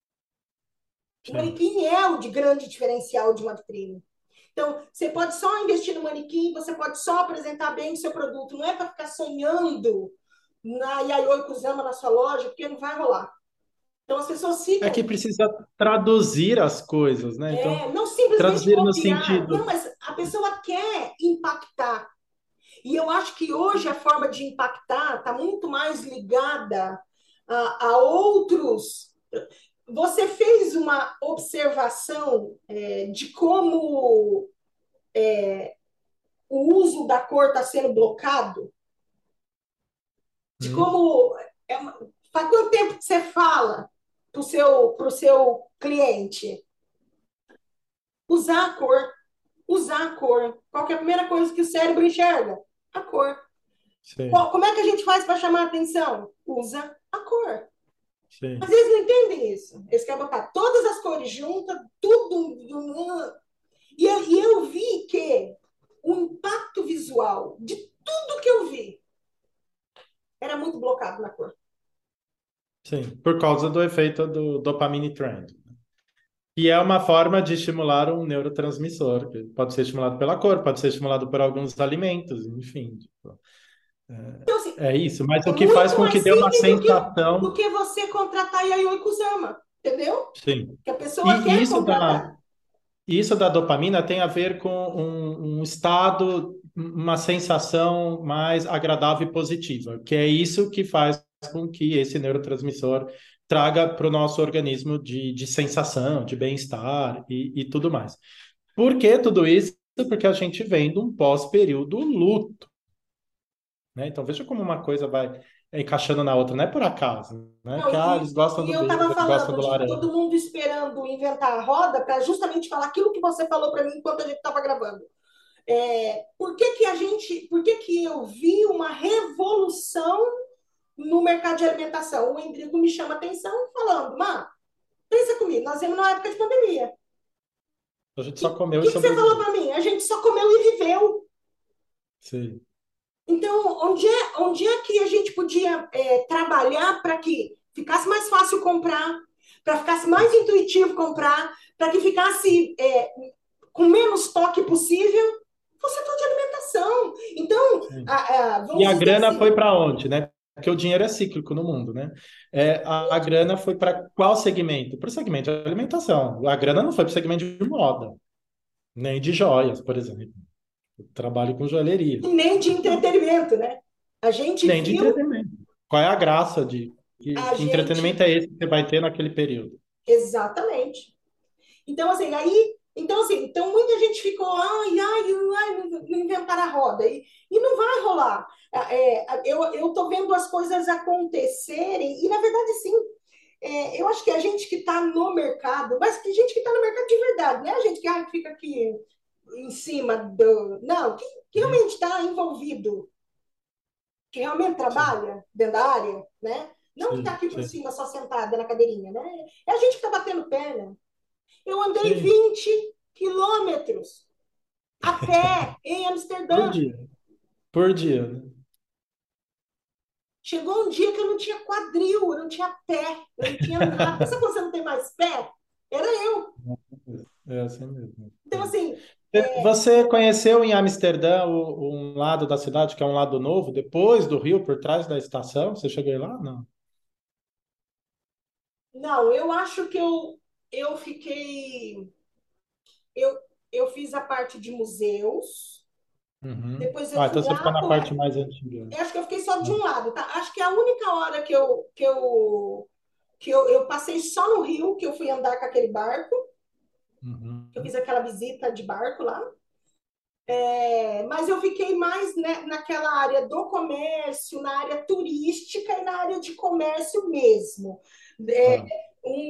Speaker 1: O
Speaker 2: Sim.
Speaker 1: manequim é o de grande diferencial de uma vitrine. Então, você pode só investir no manequim, você pode só apresentar bem o seu produto, não é para ficar sonhando na Yayoi Kusama na sua loja, porque não vai rolar. Então, as pessoas
Speaker 2: É que
Speaker 1: ficam,
Speaker 2: precisa traduzir as coisas, né? Então,
Speaker 1: não simplesmente
Speaker 2: traduzir no
Speaker 1: copiar, não,
Speaker 2: sentido.
Speaker 1: mas a pessoa quer impactar. E eu acho que hoje a forma de impactar está muito mais ligada a outros. Você fez uma observação de como o uso da cor está sendo blocado? De
Speaker 2: Hum,
Speaker 1: como. Faz quanto tempo que você fala para o seu cliente? Usar a cor. Usar a cor. Qual que é a primeira coisa que o cérebro enxerga? A cor.
Speaker 2: sim,
Speaker 1: Como é que a gente faz para chamar a atenção? Usa a cor. Mas
Speaker 2: sim.
Speaker 1: eles não entendem isso. Eles querem botar todas as cores juntas, tudo. E eu vi que o impacto visual de tudo que eu vi era muito blocado na cor.
Speaker 2: Sim, por causa do efeito do dopamine trend. E é uma forma de estimular um neurotransmissor, que pode ser estimulado pela cor, pode ser estimulado por alguns alimentos, enfim. Tipo,
Speaker 1: Então, assim,
Speaker 2: é isso. Mas
Speaker 1: é
Speaker 2: o que faz
Speaker 1: muito
Speaker 2: com
Speaker 1: mais
Speaker 2: que dê uma
Speaker 1: simples do
Speaker 2: sensação.
Speaker 1: que você contratar Yayoi Kusama, entendeu?
Speaker 2: Sim.
Speaker 1: Que a pessoa
Speaker 2: E
Speaker 1: quer
Speaker 2: isso
Speaker 1: contratar.
Speaker 2: da dopamina tem a ver com um estado, uma sensação mais agradável e positiva, que é isso que faz com que esse neurotransmissor traga para o nosso organismo de sensação, de bem-estar e tudo mais. Por que tudo isso? Porque a gente vem de um pós-período luto, né? Então veja como uma coisa vai encaixando na outra, não é por acaso, né?
Speaker 1: Não,
Speaker 2: Porque
Speaker 1: e,
Speaker 2: eles gostam
Speaker 1: e
Speaker 2: do
Speaker 1: eu
Speaker 2: verde,
Speaker 1: estava
Speaker 2: eles gostam
Speaker 1: falando
Speaker 2: do
Speaker 1: de
Speaker 2: laranja.
Speaker 1: todo mundo esperando inventar a roda para justamente falar aquilo que você falou para mim enquanto a gente estava gravando. Por que que eu vi uma revolução no mercado de alimentação? O Endrigo me chama atenção falando, Má, pensa comigo, nós vemos na época de pandemia.
Speaker 2: A gente
Speaker 1: O
Speaker 2: só comeu e
Speaker 1: que você falou
Speaker 2: sobreviveu.
Speaker 1: para mim? A gente só comeu e viveu.
Speaker 2: Sim,
Speaker 1: Então, onde é que a gente podia trabalhar para que ficasse mais fácil comprar, para ficasse mais intuitivo comprar, para que ficasse com menos toque possível? O setor de alimentação. Então,
Speaker 2: E
Speaker 1: vamos
Speaker 2: a
Speaker 1: dizer
Speaker 2: grana foi
Speaker 1: assim,
Speaker 2: para onde, né? Porque o dinheiro é cíclico no mundo, né? A grana foi para qual segmento? Para o segmento de alimentação. A grana não foi para o segmento de moda, nem de joias, por exemplo. Eu trabalho com joalheria.
Speaker 1: e nem de entretenimento, né? A gente
Speaker 2: Nem de
Speaker 1: viu,
Speaker 2: entretenimento. Qual é a graça de
Speaker 1: a
Speaker 2: que entretenimento
Speaker 1: gente,
Speaker 2: é esse que você vai ter naquele período?
Speaker 1: exatamente. Então, assim, então muita gente ficou, não inventar a roda, e não vai rolar. Eu tô vendo as coisas acontecerem, e na verdade, sim, eu acho que a gente que está no mercado, mas que gente que está no mercado de verdade, né? A gente que fica aqui em cima do. Não, que
Speaker 2: Sim,
Speaker 1: realmente está envolvido, que realmente
Speaker 2: sim,
Speaker 1: trabalha dentro da área, né? Não que está
Speaker 2: sim,
Speaker 1: aqui por
Speaker 2: sim.
Speaker 1: cima só sentada na cadeirinha, né? É a gente que está batendo perna. Eu andei
Speaker 2: Sim,
Speaker 1: 20 km a pé em
Speaker 2: por
Speaker 1: Amsterdã.
Speaker 2: dia. Por dia, né?
Speaker 1: Chegou um dia que eu não tinha quadril, eu não tinha pé, eu não tinha nada. Sabe quando você não tem mais pé? Era eu.
Speaker 2: É assim mesmo.
Speaker 1: Então, assim,
Speaker 2: Você conheceu em Amsterdã um lado da cidade que é um lado novo, depois do Rio, por trás da estação? Você chegou aí lá? Não.
Speaker 1: não, eu acho que eu fiquei. Eu, eu fiz a parte de museus,
Speaker 2: Uhum.
Speaker 1: depois eu
Speaker 2: Ah, então
Speaker 1: fui
Speaker 2: você ficou
Speaker 1: lá
Speaker 2: na
Speaker 1: pro.
Speaker 2: parte mais antiga.
Speaker 1: Eu acho que eu fiquei só de um lado, tá? Acho que a única hora que eu passei só no Rio, que eu fui andar com aquele barco, que eu fiz
Speaker 2: Uhum.
Speaker 1: aquela visita de barco lá. Mas eu fiquei mais, né, naquela área do comércio, na área turística e na área de comércio mesmo. É,
Speaker 2: Tá.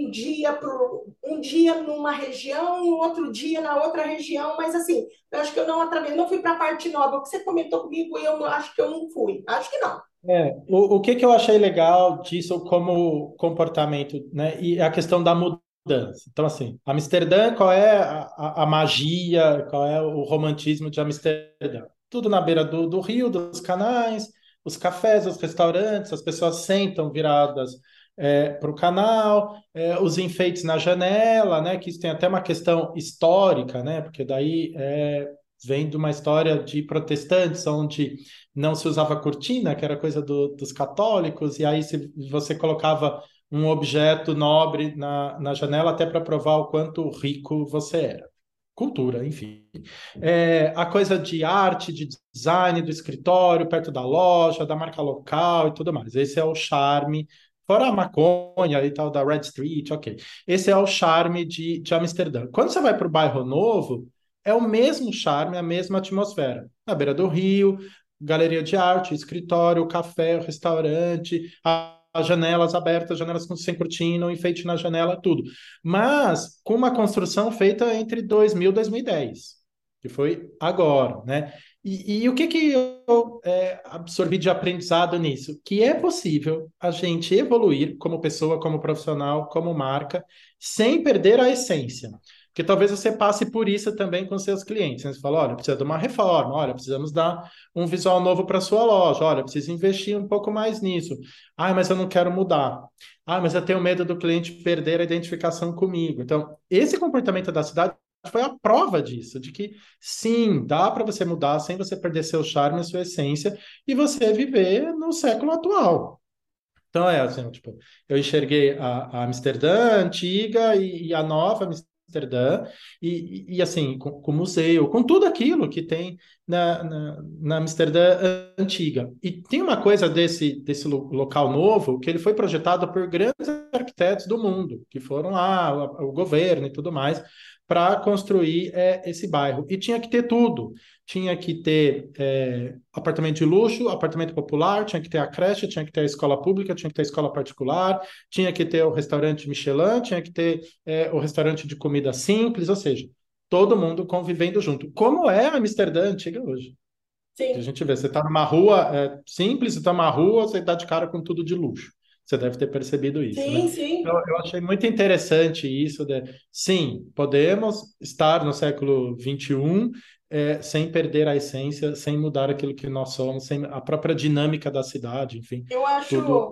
Speaker 1: um dia numa região, outro dia na outra região, mas assim, eu acho que eu não atravessei, não fui para a parte nova, que você comentou comigo e eu acho que eu não fui. Acho que não.
Speaker 2: O que que eu achei legal disso como comportamento, né? E a questão da mudança. Então, assim, Amsterdã, qual é a magia, qual é o romantismo de Amsterdã? Tudo na beira do rio, dos canais, os cafés, os restaurantes, as pessoas sentam viradas para o canal, os enfeites na janela, né? Que isso tem até uma questão histórica, né? Porque daí vem de uma história de protestantes, onde não se usava cortina, que era coisa dos católicos, e aí se você colocava um objeto nobre na janela até para provar o quanto rico você era. Cultura, enfim. A coisa de arte, de design, do escritório, perto da loja, da marca local e tudo mais. Esse é o charme. Fora a maconha e tal da Red Street, ok. Esse é o charme de Amsterdã. Quando você vai para o bairro novo, é o mesmo charme, a mesma atmosfera. Na beira do rio, galeria de arte, escritório, café, restaurante, as janelas abertas, janelas sem cortina, um enfeite na janela, tudo. Mas com uma construção feita entre 2000 e 2010, que foi agora, né? E o que que eu absorvi de aprendizado nisso? Que é possível a gente evoluir como pessoa, como profissional, como marca, sem perder a essência. Porque talvez você passe por isso também com seus clientes, né? Você fala, olha, precisa de uma reforma, olha, precisamos dar um visual novo para sua loja, olha, preciso investir um pouco mais nisso. Ah, mas eu não quero mudar. Ah, mas eu tenho medo do cliente perder a identificação comigo. Então, esse comportamento da cidade foi a prova disso, de que sim, dá para você mudar sem você perder seu charme, sua essência, e você viver no século atual. Então é assim, tipo, eu enxerguei a Amsterdã antiga e a nova Amsterdã, e assim, com o museu, com tudo aquilo que tem na Amsterdã antiga. E tem uma coisa desse local novo, que ele foi projetado por grandes arquitetos do mundo, que foram lá, o governo e tudo mais, para construir esse bairro. E tinha que ter tudo. Tinha que ter apartamento de luxo, apartamento popular, tinha que ter a creche, tinha que ter a escola pública, tinha que ter a escola particular, tinha que ter o restaurante Michelin, tinha que ter o restaurante de comida simples, ou seja, todo mundo convivendo junto. Como é Amsterdã antiga hoje? Que a
Speaker 1: Sim,
Speaker 2: gente vê, você está numa rua simples, você está numa rua, você dá de cara com tudo de luxo. Você deve ter percebido isso,
Speaker 1: sim,
Speaker 2: né?
Speaker 1: sim.
Speaker 2: Então, eu achei muito interessante isso sim, podemos estar no século XXI, sem perder a essência, sem mudar aquilo que nós somos, sem a própria dinâmica da cidade, enfim,
Speaker 1: Eu
Speaker 2: tudo.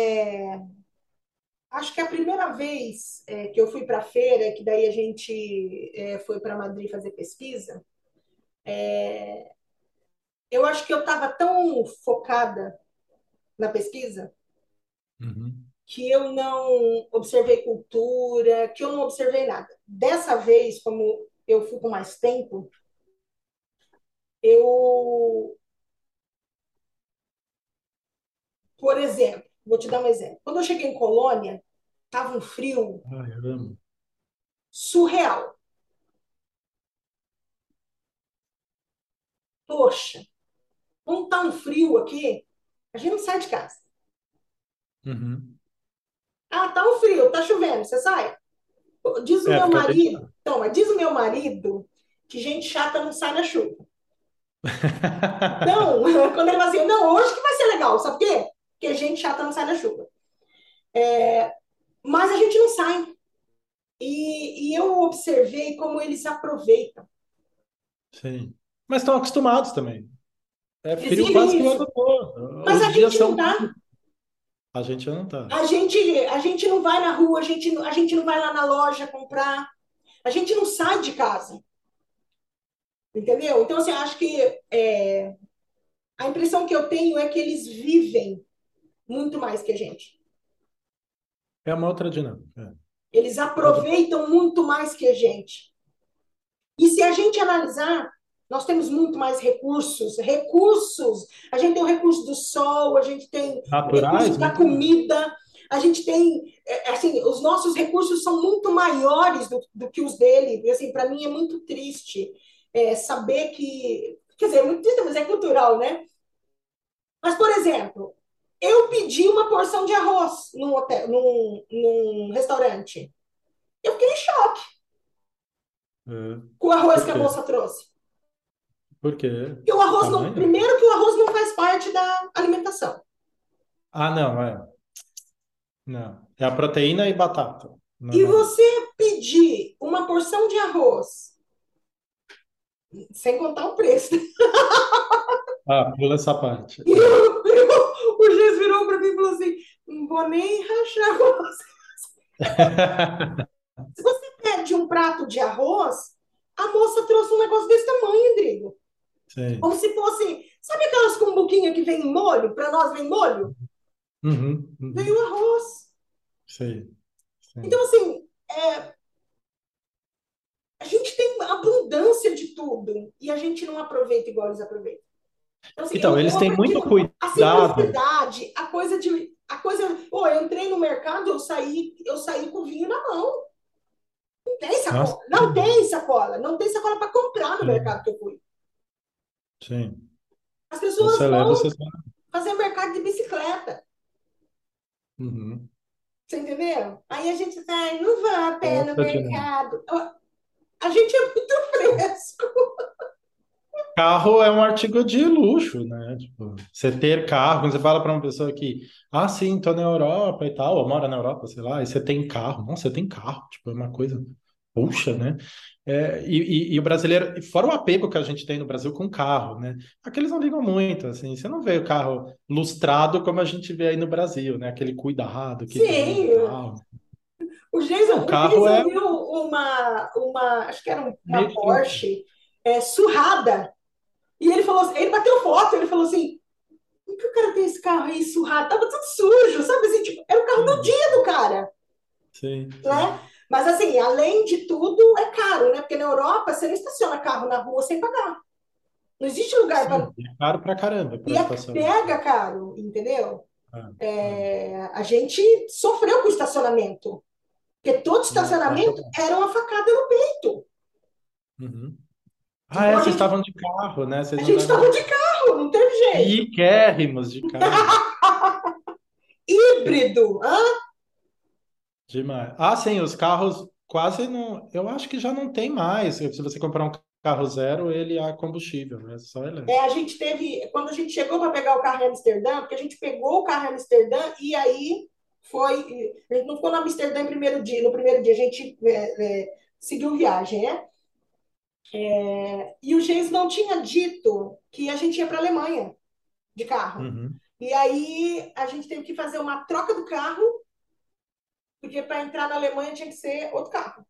Speaker 1: acho que a primeira vez que eu fui para a feira, que daí a gente foi para Madrid fazer pesquisa, eu acho que eu estava tão focada na pesquisa
Speaker 2: Uhum.
Speaker 1: que eu não observei cultura, que eu não observei nada. Dessa vez, como eu fui com mais tempo, eu, por exemplo, vou te dar um exemplo. Quando eu cheguei em Colônia, estava um frio
Speaker 2: Ai, eu amo.
Speaker 1: surreal. Poxa, como tá um frio aqui, a gente não sai de casa.
Speaker 2: Uhum.
Speaker 1: Ah, tá um frio, tá chovendo, você sai? Diz o
Speaker 2: É,
Speaker 1: meu
Speaker 2: porque a gente.
Speaker 1: marido, então, mas diz o meu marido que gente chata não sai na chuva. Então, quando ele fala assim, não, hoje que vai ser legal, sabe por quê? Porque gente chata não sai na chuva. Mas a gente não sai. E eu observei como eles aproveitam.
Speaker 2: Sim. Mas estão acostumados também. É
Speaker 1: Eles
Speaker 2: frio quase
Speaker 1: vivem
Speaker 2: que o ano
Speaker 1: isso.
Speaker 2: todo.
Speaker 1: Mas
Speaker 2: Os
Speaker 1: a
Speaker 2: dias
Speaker 1: gente não
Speaker 2: são.
Speaker 1: tá.
Speaker 2: A gente não tá.
Speaker 1: A gente não vai na rua, a gente não vai lá na loja comprar. A gente não sai de casa. Entendeu? Então, assim, acho que a impressão que eu tenho é que eles vivem muito mais que a gente.
Speaker 2: É uma outra dinâmica.
Speaker 1: Eles
Speaker 2: É outra...
Speaker 1: aproveitam muito mais que a gente. E se a gente analisar, nós temos muito mais recursos. Recursos. A gente tem o recurso do sol, a gente tem o recurso
Speaker 2: Naturais,
Speaker 1: da
Speaker 2: muito mais.
Speaker 1: comida, a gente tem, assim, os nossos recursos são muito maiores do que os dele. E, assim, para mim é muito triste saber que, quer dizer, é muito triste, mas é cultural, né? Mas, por exemplo, eu pedi uma porção de arroz num hotel, num restaurante. Eu fiquei em choque
Speaker 2: É.
Speaker 1: com o arroz
Speaker 2: Por
Speaker 1: que a
Speaker 2: quê?
Speaker 1: moça trouxe.
Speaker 2: Por quê?
Speaker 1: Que o arroz não,
Speaker 2: Tamanho?
Speaker 1: primeiro que o arroz não faz parte da alimentação.
Speaker 2: Ah, não, é. Não. É a proteína e batata,
Speaker 1: E
Speaker 2: normalmente.
Speaker 1: você pedir uma porção de arroz, sem contar o preço.
Speaker 2: Ah, pula essa parte.
Speaker 1: E
Speaker 2: É.
Speaker 1: o juiz virou para mim e falou assim: não vou nem rachar com você. Se você pede um prato de arroz, a moça trouxe um negócio desse tamanho, Rodrigo. Como
Speaker 2: Sim.
Speaker 1: se fosse. Sabe aquelas cumbuquinhas que vem em molho? Para nós vem molho?
Speaker 2: Uhum,
Speaker 1: Veio
Speaker 2: uhum.
Speaker 1: arroz.
Speaker 2: Sim,
Speaker 1: Então,
Speaker 2: sim.
Speaker 1: assim, a gente tem abundância de tudo e a gente não aproveita igual eles aproveitam. Então, assim,
Speaker 2: Então,
Speaker 1: eu
Speaker 2: eles têm
Speaker 1: aprendi
Speaker 2: muito
Speaker 1: muito. A
Speaker 2: cuidado.
Speaker 1: simplicidade, a coisa de. A coisa. Pô, eu entrei no mercado, eu saí com vinho na mão. Não tem
Speaker 2: Nossa,
Speaker 1: sacola. Não tem sacola. Não tem sacola para comprar no mercado
Speaker 2: sim,
Speaker 1: que eu fui.
Speaker 2: sim.
Speaker 1: As
Speaker 2: Você
Speaker 1: pessoas
Speaker 2: leva, você
Speaker 1: vão
Speaker 2: sabe.
Speaker 1: fazer mercado de bicicleta.
Speaker 2: Uhum.
Speaker 1: Você entendeu? Aí a gente vai, não vai a
Speaker 2: É
Speaker 1: pé no
Speaker 2: outra dinâmica.
Speaker 1: mercado. A gente é muito fresco.
Speaker 2: Carro é um artigo de luxo, né? Tipo, você ter carro, quando você fala para uma pessoa que, ah, sim, tô na Europa e tal, ou mora na Europa, sei lá, e você tem carro. Não, você tem carro, tipo, é uma coisa, puxa, né? E o brasileiro, e fora o apego que a gente tem no Brasil com carro, né? Aqueles não ligam muito, assim, você não vê o carro lustrado como a gente vê aí no Brasil, né? Aquele cuidado que tem e
Speaker 1: Sim,
Speaker 2: tal.
Speaker 1: o
Speaker 2: Não,
Speaker 1: Jason, o
Speaker 2: carro é
Speaker 1: Jason viu acho que era uma
Speaker 2: meio que luxo.
Speaker 1: Porsche surrada. E ele falou, ele bateu foto, ele falou assim, por que o cara tem esse carro aí surrado? Tava tudo sujo, sabe assim, tipo, era o carro do
Speaker 2: Sim,
Speaker 1: dia do cara,
Speaker 2: sim,
Speaker 1: né?
Speaker 2: sim.
Speaker 1: Mas assim, além de tudo, é caro, né? Porque na Europa você não estaciona carro na rua sem pagar. Não existe lugar para.
Speaker 2: Sim, é caro pra caramba
Speaker 1: E
Speaker 2: para
Speaker 1: é
Speaker 2: estacionar.
Speaker 1: mega caro, entendeu?
Speaker 2: Ah, ah.
Speaker 1: A gente sofreu com o estacionamento. Porque todo
Speaker 2: Não, tá
Speaker 1: estacionamento
Speaker 2: chocado.
Speaker 1: era uma facada no peito.
Speaker 2: Uhum. Ah,
Speaker 1: Então
Speaker 2: é,
Speaker 1: a
Speaker 2: vocês
Speaker 1: gente
Speaker 2: estavam de carro, né? Vocês
Speaker 1: a gente
Speaker 2: andavam de
Speaker 1: estava de
Speaker 2: carro.
Speaker 1: carro, não teve jeito.
Speaker 2: Chiquérrimos de carro.
Speaker 1: Híbrido, hã?
Speaker 2: Demais. Ah, sim, os carros quase não. Eu acho que já não tem mais. Se você comprar um carro zero, ele é combustível, né? Só elétrico.
Speaker 1: A gente teve, quando a gente chegou para pegar o carro em Amsterdã, porque a gente pegou o carro em Amsterdã e aí foi. A gente não ficou no Amsterdã no primeiro dia a gente seguiu viagem, né? E o James não tinha dito que a gente ia para a Alemanha de carro.
Speaker 2: Uhum.
Speaker 1: E aí a gente teve que fazer uma troca do carro, porque para entrar na Alemanha tinha que ser outro carro.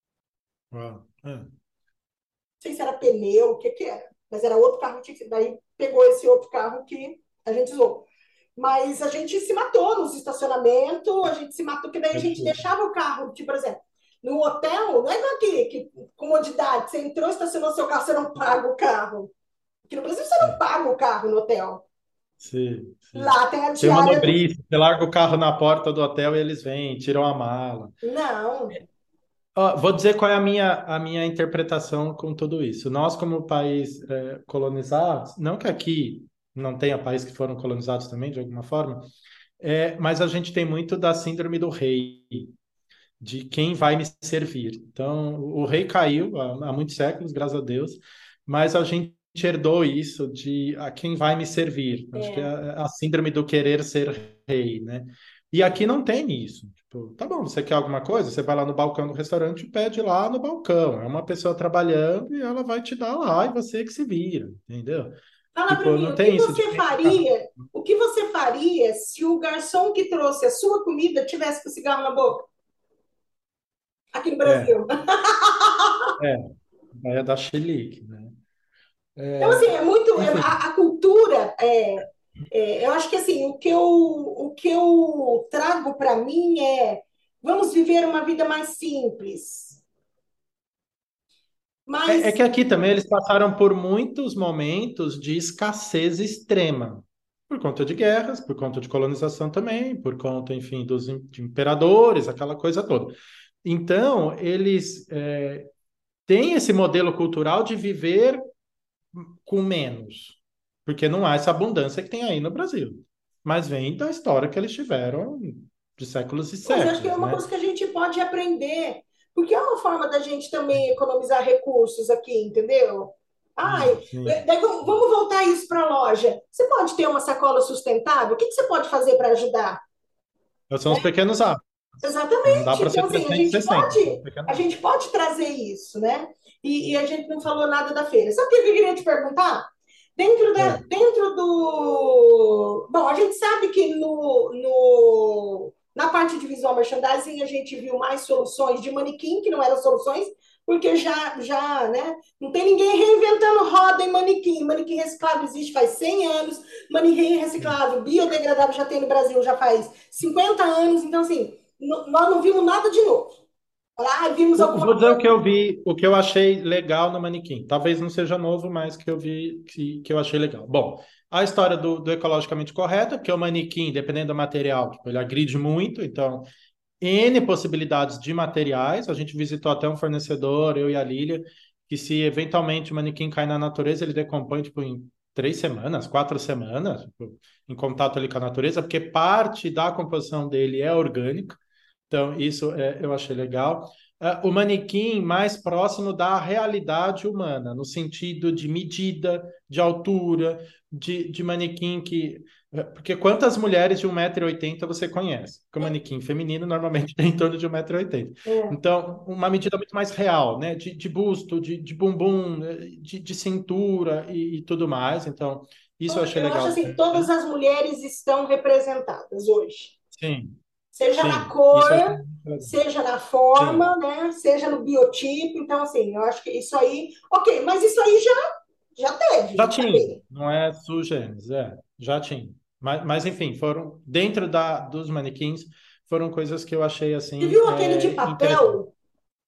Speaker 2: Uau. É.
Speaker 1: Sei se era pneu, o que que era. Mas era outro carro que tinha que ser. Daí pegou esse outro carro que a gente usou. Mas a gente se matou nos estacionamentos, a gente se matou, que daí a gente deixava o carro, tipo, por exemplo, no hotel, não é igual aqui, que comodidade, você entrou, estacionou seu carro, você não paga o carro. Aqui no Brasil você não paga o carro no hotel.
Speaker 2: Sim, sim.
Speaker 1: Lá tem a
Speaker 2: Tem uma
Speaker 1: diária do...
Speaker 2: nobrice, você larga o carro na porta do hotel e eles vêm, tiram a mala.
Speaker 1: Não,
Speaker 2: Ó, vou dizer qual é a minha interpretação com tudo isso. Nós, como país colonizado, não que aqui não tenha países que foram colonizados também, de alguma forma, mas a gente tem muito da síndrome do rei, de quem vai me servir. Então, o rei caiu há muitos séculos, graças a Deus, mas a gente herdou isso de a quem vai me servir. Acho que é
Speaker 1: é.
Speaker 2: a síndrome do querer ser rei, né? E aqui não tem isso. Tipo, tá bom, você quer alguma coisa? Você vai lá no balcão do restaurante e pede lá no balcão. É uma pessoa trabalhando e ela vai te dar lá e você que se vira, entendeu?
Speaker 1: Fala para
Speaker 2: Tipo,
Speaker 1: mim,
Speaker 2: não tem isso de
Speaker 1: o que você faria se o garçom que trouxe a sua comida tivesse com cigarro na boca? Aqui no
Speaker 2: é,
Speaker 1: Brasil.
Speaker 2: é, vai dar chilique, né?
Speaker 1: Então, assim, é muito.
Speaker 2: Enfim,
Speaker 1: A cultura. Eu acho que assim, o que eu trago para mim é vamos viver uma vida mais simples.
Speaker 2: é
Speaker 1: Mas,
Speaker 2: que aqui também eles passaram por muitos momentos de escassez extrema, por conta de guerras, por conta de colonização também, por conta, enfim, de imperadores, aquela coisa toda. Então, eles têm esse modelo cultural de viver com menos, porque não há essa abundância que tem aí no Brasil. Mas vem da história que eles tiveram de séculos e
Speaker 1: mas eu acho que é
Speaker 2: séculos,
Speaker 1: uma
Speaker 2: né?
Speaker 1: coisa que a gente pode aprender, porque é uma forma da gente também economizar recursos aqui, entendeu? Ai,
Speaker 2: Sim.
Speaker 1: daí vamos voltar isso para a loja. Você pode ter uma sacola sustentável? O que que você pode fazer para ajudar?
Speaker 2: São os pequenos hábitos. Não dá
Speaker 1: Exatamente.
Speaker 2: para ser
Speaker 1: Então, assim,
Speaker 2: 360, são os
Speaker 1: a
Speaker 2: pequenos
Speaker 1: gente pode trazer isso, né? E a gente não falou nada da feira. Sabe o que eu queria te perguntar?
Speaker 2: hábitos.
Speaker 1: Dentro do. Bom, a gente sabe que na parte de visual merchandising a gente viu mais soluções de manequim, que não eram soluções, porque né? Não tem ninguém reinventando roda em manequim. Manequim reciclável existe faz 100 anos, manequim reciclável, biodegradável já tem no Brasil já faz 50 anos. Então, assim, nós não vimos nada de novo. Ah, vimos
Speaker 2: Vou
Speaker 1: alguma
Speaker 2: dizer o
Speaker 1: coisa.
Speaker 2: que eu vi, o que eu achei legal no manequim. Talvez não seja novo, mas que eu vi que eu achei legal. Bom, a história do ecologicamente correto, porque o manequim, dependendo do material, tipo, ele agride muito, então N possibilidades de materiais. A gente visitou até um fornecedor, eu e a Lília, que se eventualmente o manequim cai na natureza, ele decompõe tipo, em 3 semanas, 4 semanas, tipo, em contato ali com a natureza, porque parte da composição dele é orgânica. Então, isso eu achei legal. O manequim mais próximo da realidade humana, no sentido de medida, de altura, de manequim que. Porque quantas mulheres de 1,80 m você conhece? Porque o manequim feminino normalmente tem em torno de 1,80 m.
Speaker 1: É,
Speaker 2: Então, uma medida muito mais real, né? De busto, de bumbum, de cintura e tudo mais. Então, isso eu achei
Speaker 1: eu acho
Speaker 2: legal
Speaker 1: assim, todas
Speaker 2: também.
Speaker 1: as mulheres estão representadas hoje.
Speaker 2: Sim,
Speaker 1: Seja na
Speaker 2: sim. Isso eu achei
Speaker 1: cor,
Speaker 2: muito legal.
Speaker 1: seja na
Speaker 2: Sim.
Speaker 1: forma, né? Seja no biotipo. Então, assim, eu acho que isso aí. Ok, mas isso aí já
Speaker 2: Já
Speaker 1: teve.
Speaker 2: tinha, não é sugênis, já tinha. Mas enfim, foram, dentro dos manequins, foram coisas que eu achei,
Speaker 1: Você
Speaker 2: assim,
Speaker 1: viu aquele de
Speaker 2: interessante.
Speaker 1: papel?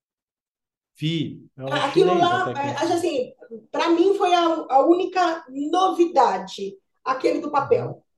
Speaker 2: Vi, é um
Speaker 1: Aquilo
Speaker 2: chinês
Speaker 1: lá,
Speaker 2: até que
Speaker 1: acho
Speaker 2: tem.
Speaker 1: assim, para mim foi a única novidade, aquele do
Speaker 2: Uhum.
Speaker 1: papel.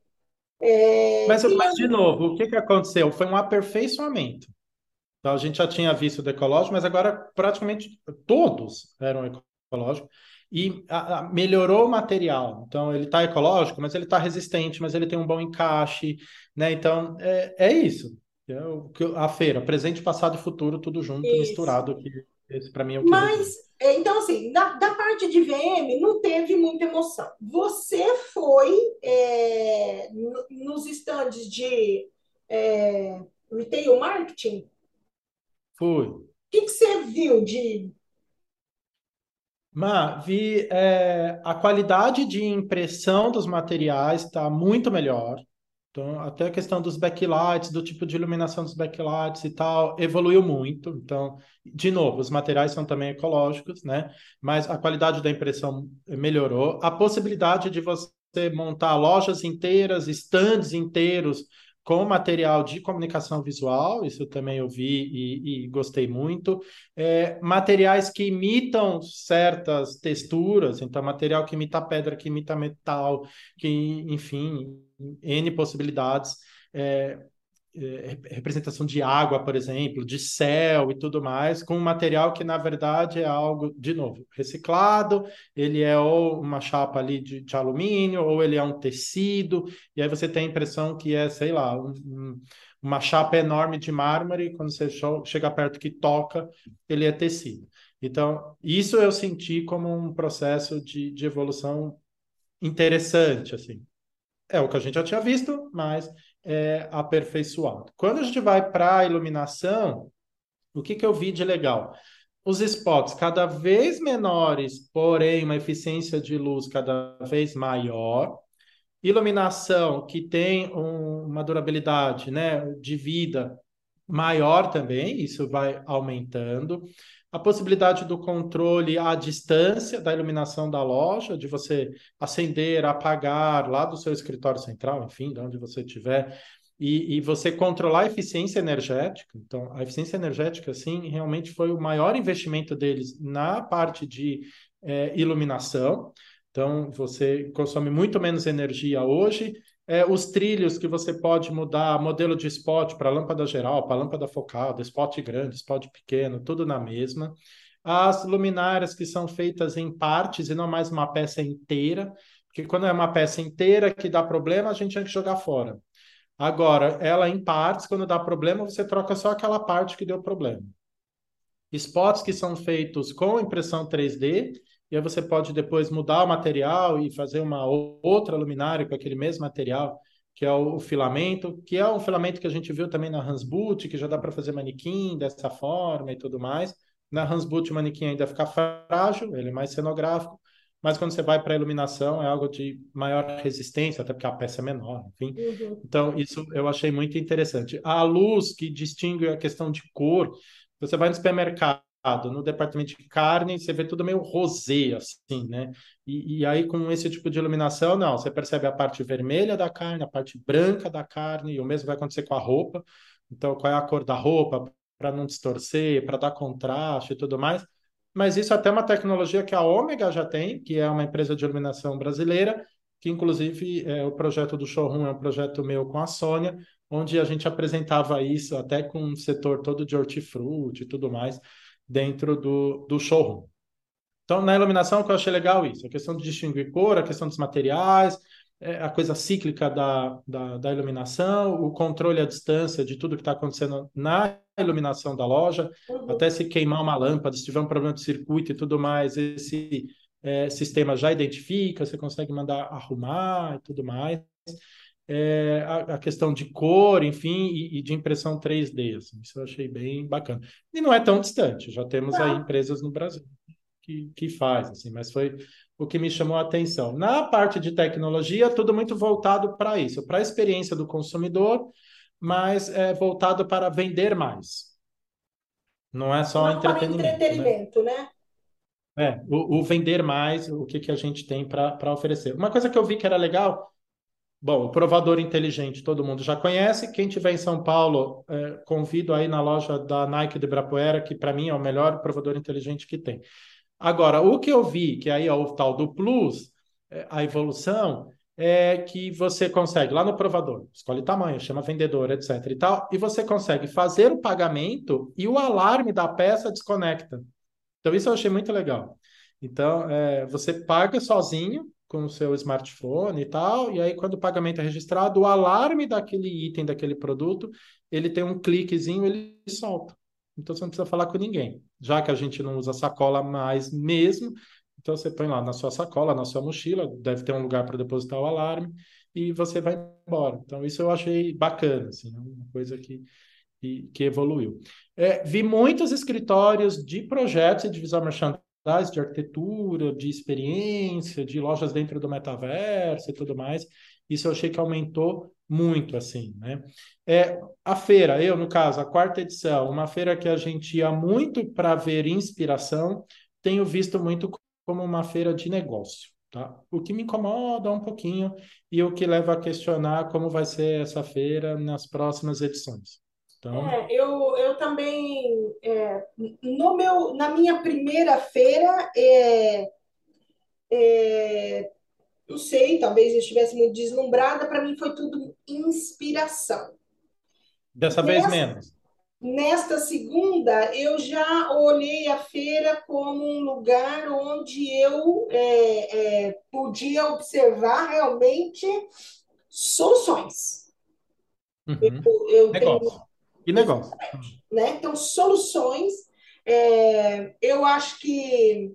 Speaker 2: Mas, de novo, o que que aconteceu? Foi um aperfeiçoamento. Então, a gente já tinha visto do ecológico, mas agora praticamente todos eram ecológicos. E melhorou o material. Então, ele está ecológico, mas ele está resistente, mas ele tem um bom encaixe, né? Então, é isso. A feira, presente, passado e futuro, tudo junto,
Speaker 1: Isso.
Speaker 2: misturado. Que esse, para mim, é o que resume.
Speaker 1: Mas, então, assim, da parte de VM, não teve muita emoção. Você foi nos estandes de retail marketing? O
Speaker 2: Fui.
Speaker 1: que você viu de.
Speaker 2: Vi a qualidade de impressão dos materiais está muito melhor. Então, até a questão dos backlights, do tipo de iluminação dos backlights e tal, evoluiu muito. Então, de novo, os materiais são também ecológicos, né? Mas a qualidade da impressão melhorou. A possibilidade de você montar lojas inteiras, stands inteiros com material de comunicação visual, isso também eu vi e gostei muito. Materiais que imitam certas texturas, então material que imita pedra, que imita metal, que, enfim, N possibilidades, é, representação de água, por exemplo, de céu e tudo mais, com um material que, na verdade, é algo, de novo, reciclado, ele é ou uma chapa ali de alumínio, ou ele é um tecido, e aí você tem a impressão que é, sei lá, uma chapa enorme de mármore, e quando você chega perto que toca, ele é tecido. Então, isso eu senti como um processo de evolução interessante, assim. É o que a gente já tinha visto, mas é aperfeiçoado. Quando a gente vai para a iluminação, o que eu vi de legal? Os spots cada vez menores, porém uma eficiência de luz cada vez maior. Iluminação que tem uma durabilidade, né, de vida maior também, isso vai aumentando. A possibilidade do controle à distância da iluminação da loja, de você acender, apagar lá do seu escritório central, enfim, de onde você estiver, e você controlar a eficiência energética. Então, a eficiência energética, sim, realmente foi o maior investimento deles na parte de iluminação. Então, você consome muito menos energia hoje. Os trilhos que você pode mudar, modelo de spot para lâmpada geral, para lâmpada focada, spot grande, spot pequeno, tudo na mesma. As luminárias que são feitas em partes e não mais uma peça inteira, porque quando é uma peça inteira que dá problema, a gente tem que jogar fora. Agora, ela em partes, quando dá problema, você troca só aquela parte que deu problema. Spots que são feitos com impressão 3D, e aí você pode depois mudar o material e fazer uma outra luminária com aquele mesmo material, que é o filamento, que é um filamento que a gente viu também na Hansboot, que já dá para fazer manequim dessa forma e tudo mais. Na Hansboot o manequim ainda fica frágil, ele é mais cenográfico, mas quando você vai para a iluminação é algo de maior resistência, até porque a peça é menor, enfim.
Speaker 1: Uhum.
Speaker 2: Então, isso eu achei muito interessante. A luz que distingue a questão de cor, você vai no supermercado, no departamento de carne, você vê tudo meio rosé, assim, né? E aí, com esse tipo de iluminação, não, você percebe a parte vermelha da carne, a parte branca da carne, e o mesmo vai acontecer com a roupa. Então, qual é a cor da roupa, para não distorcer, para dar contraste e tudo mais. Mas isso até é uma tecnologia que a Ômega já tem, que é uma empresa de iluminação brasileira, que inclusive o projeto do showroom é um projeto meu com a Sônia, onde a gente apresentava isso até com um setor todo de hortifruti e tudo mais dentro do showroom. Então, na iluminação, o que eu achei legal isso, a questão de distinguir cor, a questão dos materiais, a coisa cíclica da iluminação, o controle à distância de tudo que está acontecendo na iluminação da loja,
Speaker 1: Uhum.
Speaker 2: até se queimar uma lâmpada, se tiver um problema de circuito e tudo mais, esse sistema já identifica, você consegue mandar arrumar e tudo mais. A questão de cor, enfim, e de impressão 3D, assim, isso eu achei bem bacana. E não é tão distante, já temos aí
Speaker 1: Não,
Speaker 2: empresas no Brasil que faz, assim, mas foi o que me chamou a atenção. Na parte de tecnologia, tudo muito voltado para isso, para a experiência do consumidor, mas voltado para vender mais. Não é só
Speaker 1: não para
Speaker 2: entretenimento, né?
Speaker 1: entretenimento, né?
Speaker 2: O vender mais, o que a gente tem para oferecer. Uma coisa que eu vi que era legal, bom, o provador inteligente todo mundo já conhece. Quem tiver em São Paulo, convido aí na loja da Nike de Ibirapuera, que para mim é o melhor provador inteligente que tem. Agora, o que eu vi, que aí é o tal do Plus, a evolução, é que você consegue, lá no provador, escolhe tamanho, chama vendedor, etc. e tal, e você consegue fazer o pagamento e o alarme da peça desconecta. Então, isso eu achei muito legal. Então, você paga sozinho com o seu smartphone e tal, e aí, quando o pagamento é registrado, o alarme daquele item, daquele produto, ele tem um cliquezinho, ele solta. Então, você não precisa falar com ninguém. Já que a gente não usa sacola mais mesmo, então você põe lá na sua sacola, na sua mochila, deve ter um lugar para depositar o alarme, e você vai embora. Então, isso eu achei bacana, assim, uma coisa que evoluiu. Vi muitos escritórios de projetos e de visual merchandising, de arquitetura, de experiência, de lojas dentro do metaverso e tudo mais. Isso eu achei que aumentou muito assim, né? A feira, eu, no caso, a quarta edição, uma feira que a gente ia muito para ver inspiração, tenho visto muito como uma feira de negócio, tá? O que me incomoda um pouquinho e o que leva a questionar como vai ser essa feira nas próximas edições. Então,
Speaker 1: Eu também, na minha primeira feira, não sei, talvez eu estivesse muito deslumbrada, para mim foi tudo inspiração.
Speaker 2: dessa vez
Speaker 1: Nesta,
Speaker 2: menos.
Speaker 1: nesta segunda, eu já olhei a feira como um lugar onde eu podia observar realmente soluções.
Speaker 2: Uhum.
Speaker 1: Eu tenho,
Speaker 2: Negócio. E negócio.
Speaker 1: exatamente, né? Então, soluções. Eu acho que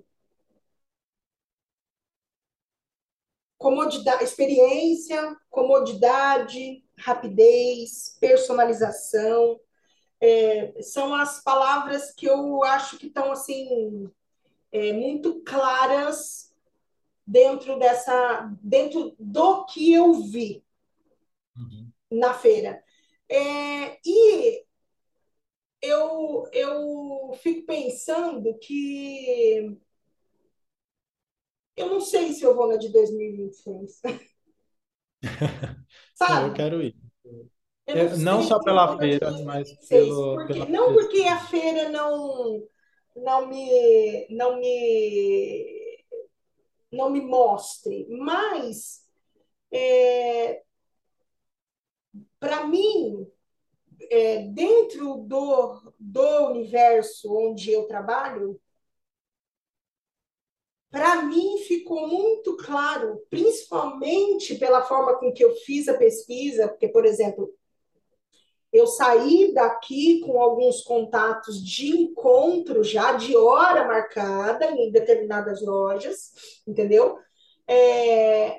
Speaker 1: comodidade, experiência, comodidade, rapidez, personalização, são as palavras que eu acho que estão assim muito claras dentro do que eu vi
Speaker 2: Uhum.
Speaker 1: na feira. E eu fico pensando que eu não sei se eu vou na de 2026,
Speaker 2: Não, eu
Speaker 1: sabe?
Speaker 2: quero ir.
Speaker 1: Eu não
Speaker 2: Não
Speaker 1: sei
Speaker 2: só
Speaker 1: se eu
Speaker 2: pela
Speaker 1: vou na de
Speaker 2: feira, mas
Speaker 1: 2026,
Speaker 2: pela
Speaker 1: não porque a
Speaker 2: questão.
Speaker 1: feira não me mostre, mas para mim, dentro do universo onde eu trabalho, para mim ficou muito claro, principalmente pela forma com que eu fiz a pesquisa, porque, por exemplo, eu saí daqui com alguns contatos de encontro já de hora marcada em determinadas lojas, entendeu? É,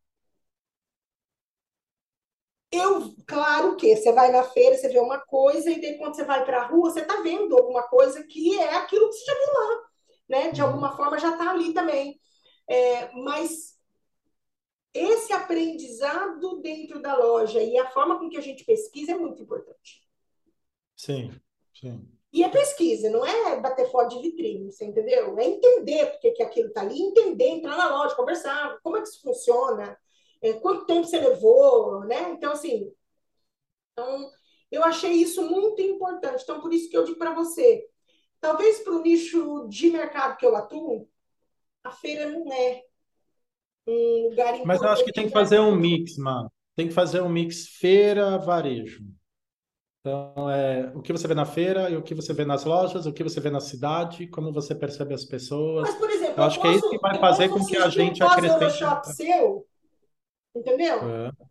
Speaker 1: claro que você vai na feira, você vê uma coisa, e daí quando você vai para a rua, você está vendo alguma coisa que é aquilo que você já viu lá, né? De
Speaker 2: Uhum.
Speaker 1: alguma forma já está ali também. Mas esse aprendizado dentro da loja e a forma com que a gente pesquisa é muito importante.
Speaker 2: Sim, sim.
Speaker 1: E é pesquisa, não é bater foto de vitrine, você entendeu? É entender porque que aquilo está ali, entender, entrar na loja, conversar, como é que isso funciona, quanto tempo você levou, né? Então, assim, eu achei isso muito importante. Então, por isso que eu digo para você, talvez para o nicho de mercado que eu atuo, a feira não é um lugar
Speaker 2: Mas eu acho que tem
Speaker 1: importante
Speaker 2: que
Speaker 1: para
Speaker 2: fazer
Speaker 1: mim.
Speaker 2: um mix, mano. Tem que fazer um mix feira-varejo. Então, o que você vê na feira e o que você vê nas lojas, o que você vê na cidade, como você percebe as pessoas.
Speaker 1: Mas, por exemplo,
Speaker 2: Eu acho que é isso que vai
Speaker 1: eu
Speaker 2: fazer
Speaker 1: posso
Speaker 2: com que a
Speaker 1: assistir um
Speaker 2: gente acrescente.
Speaker 1: pós-Euroshop seu, entendeu?
Speaker 2: É.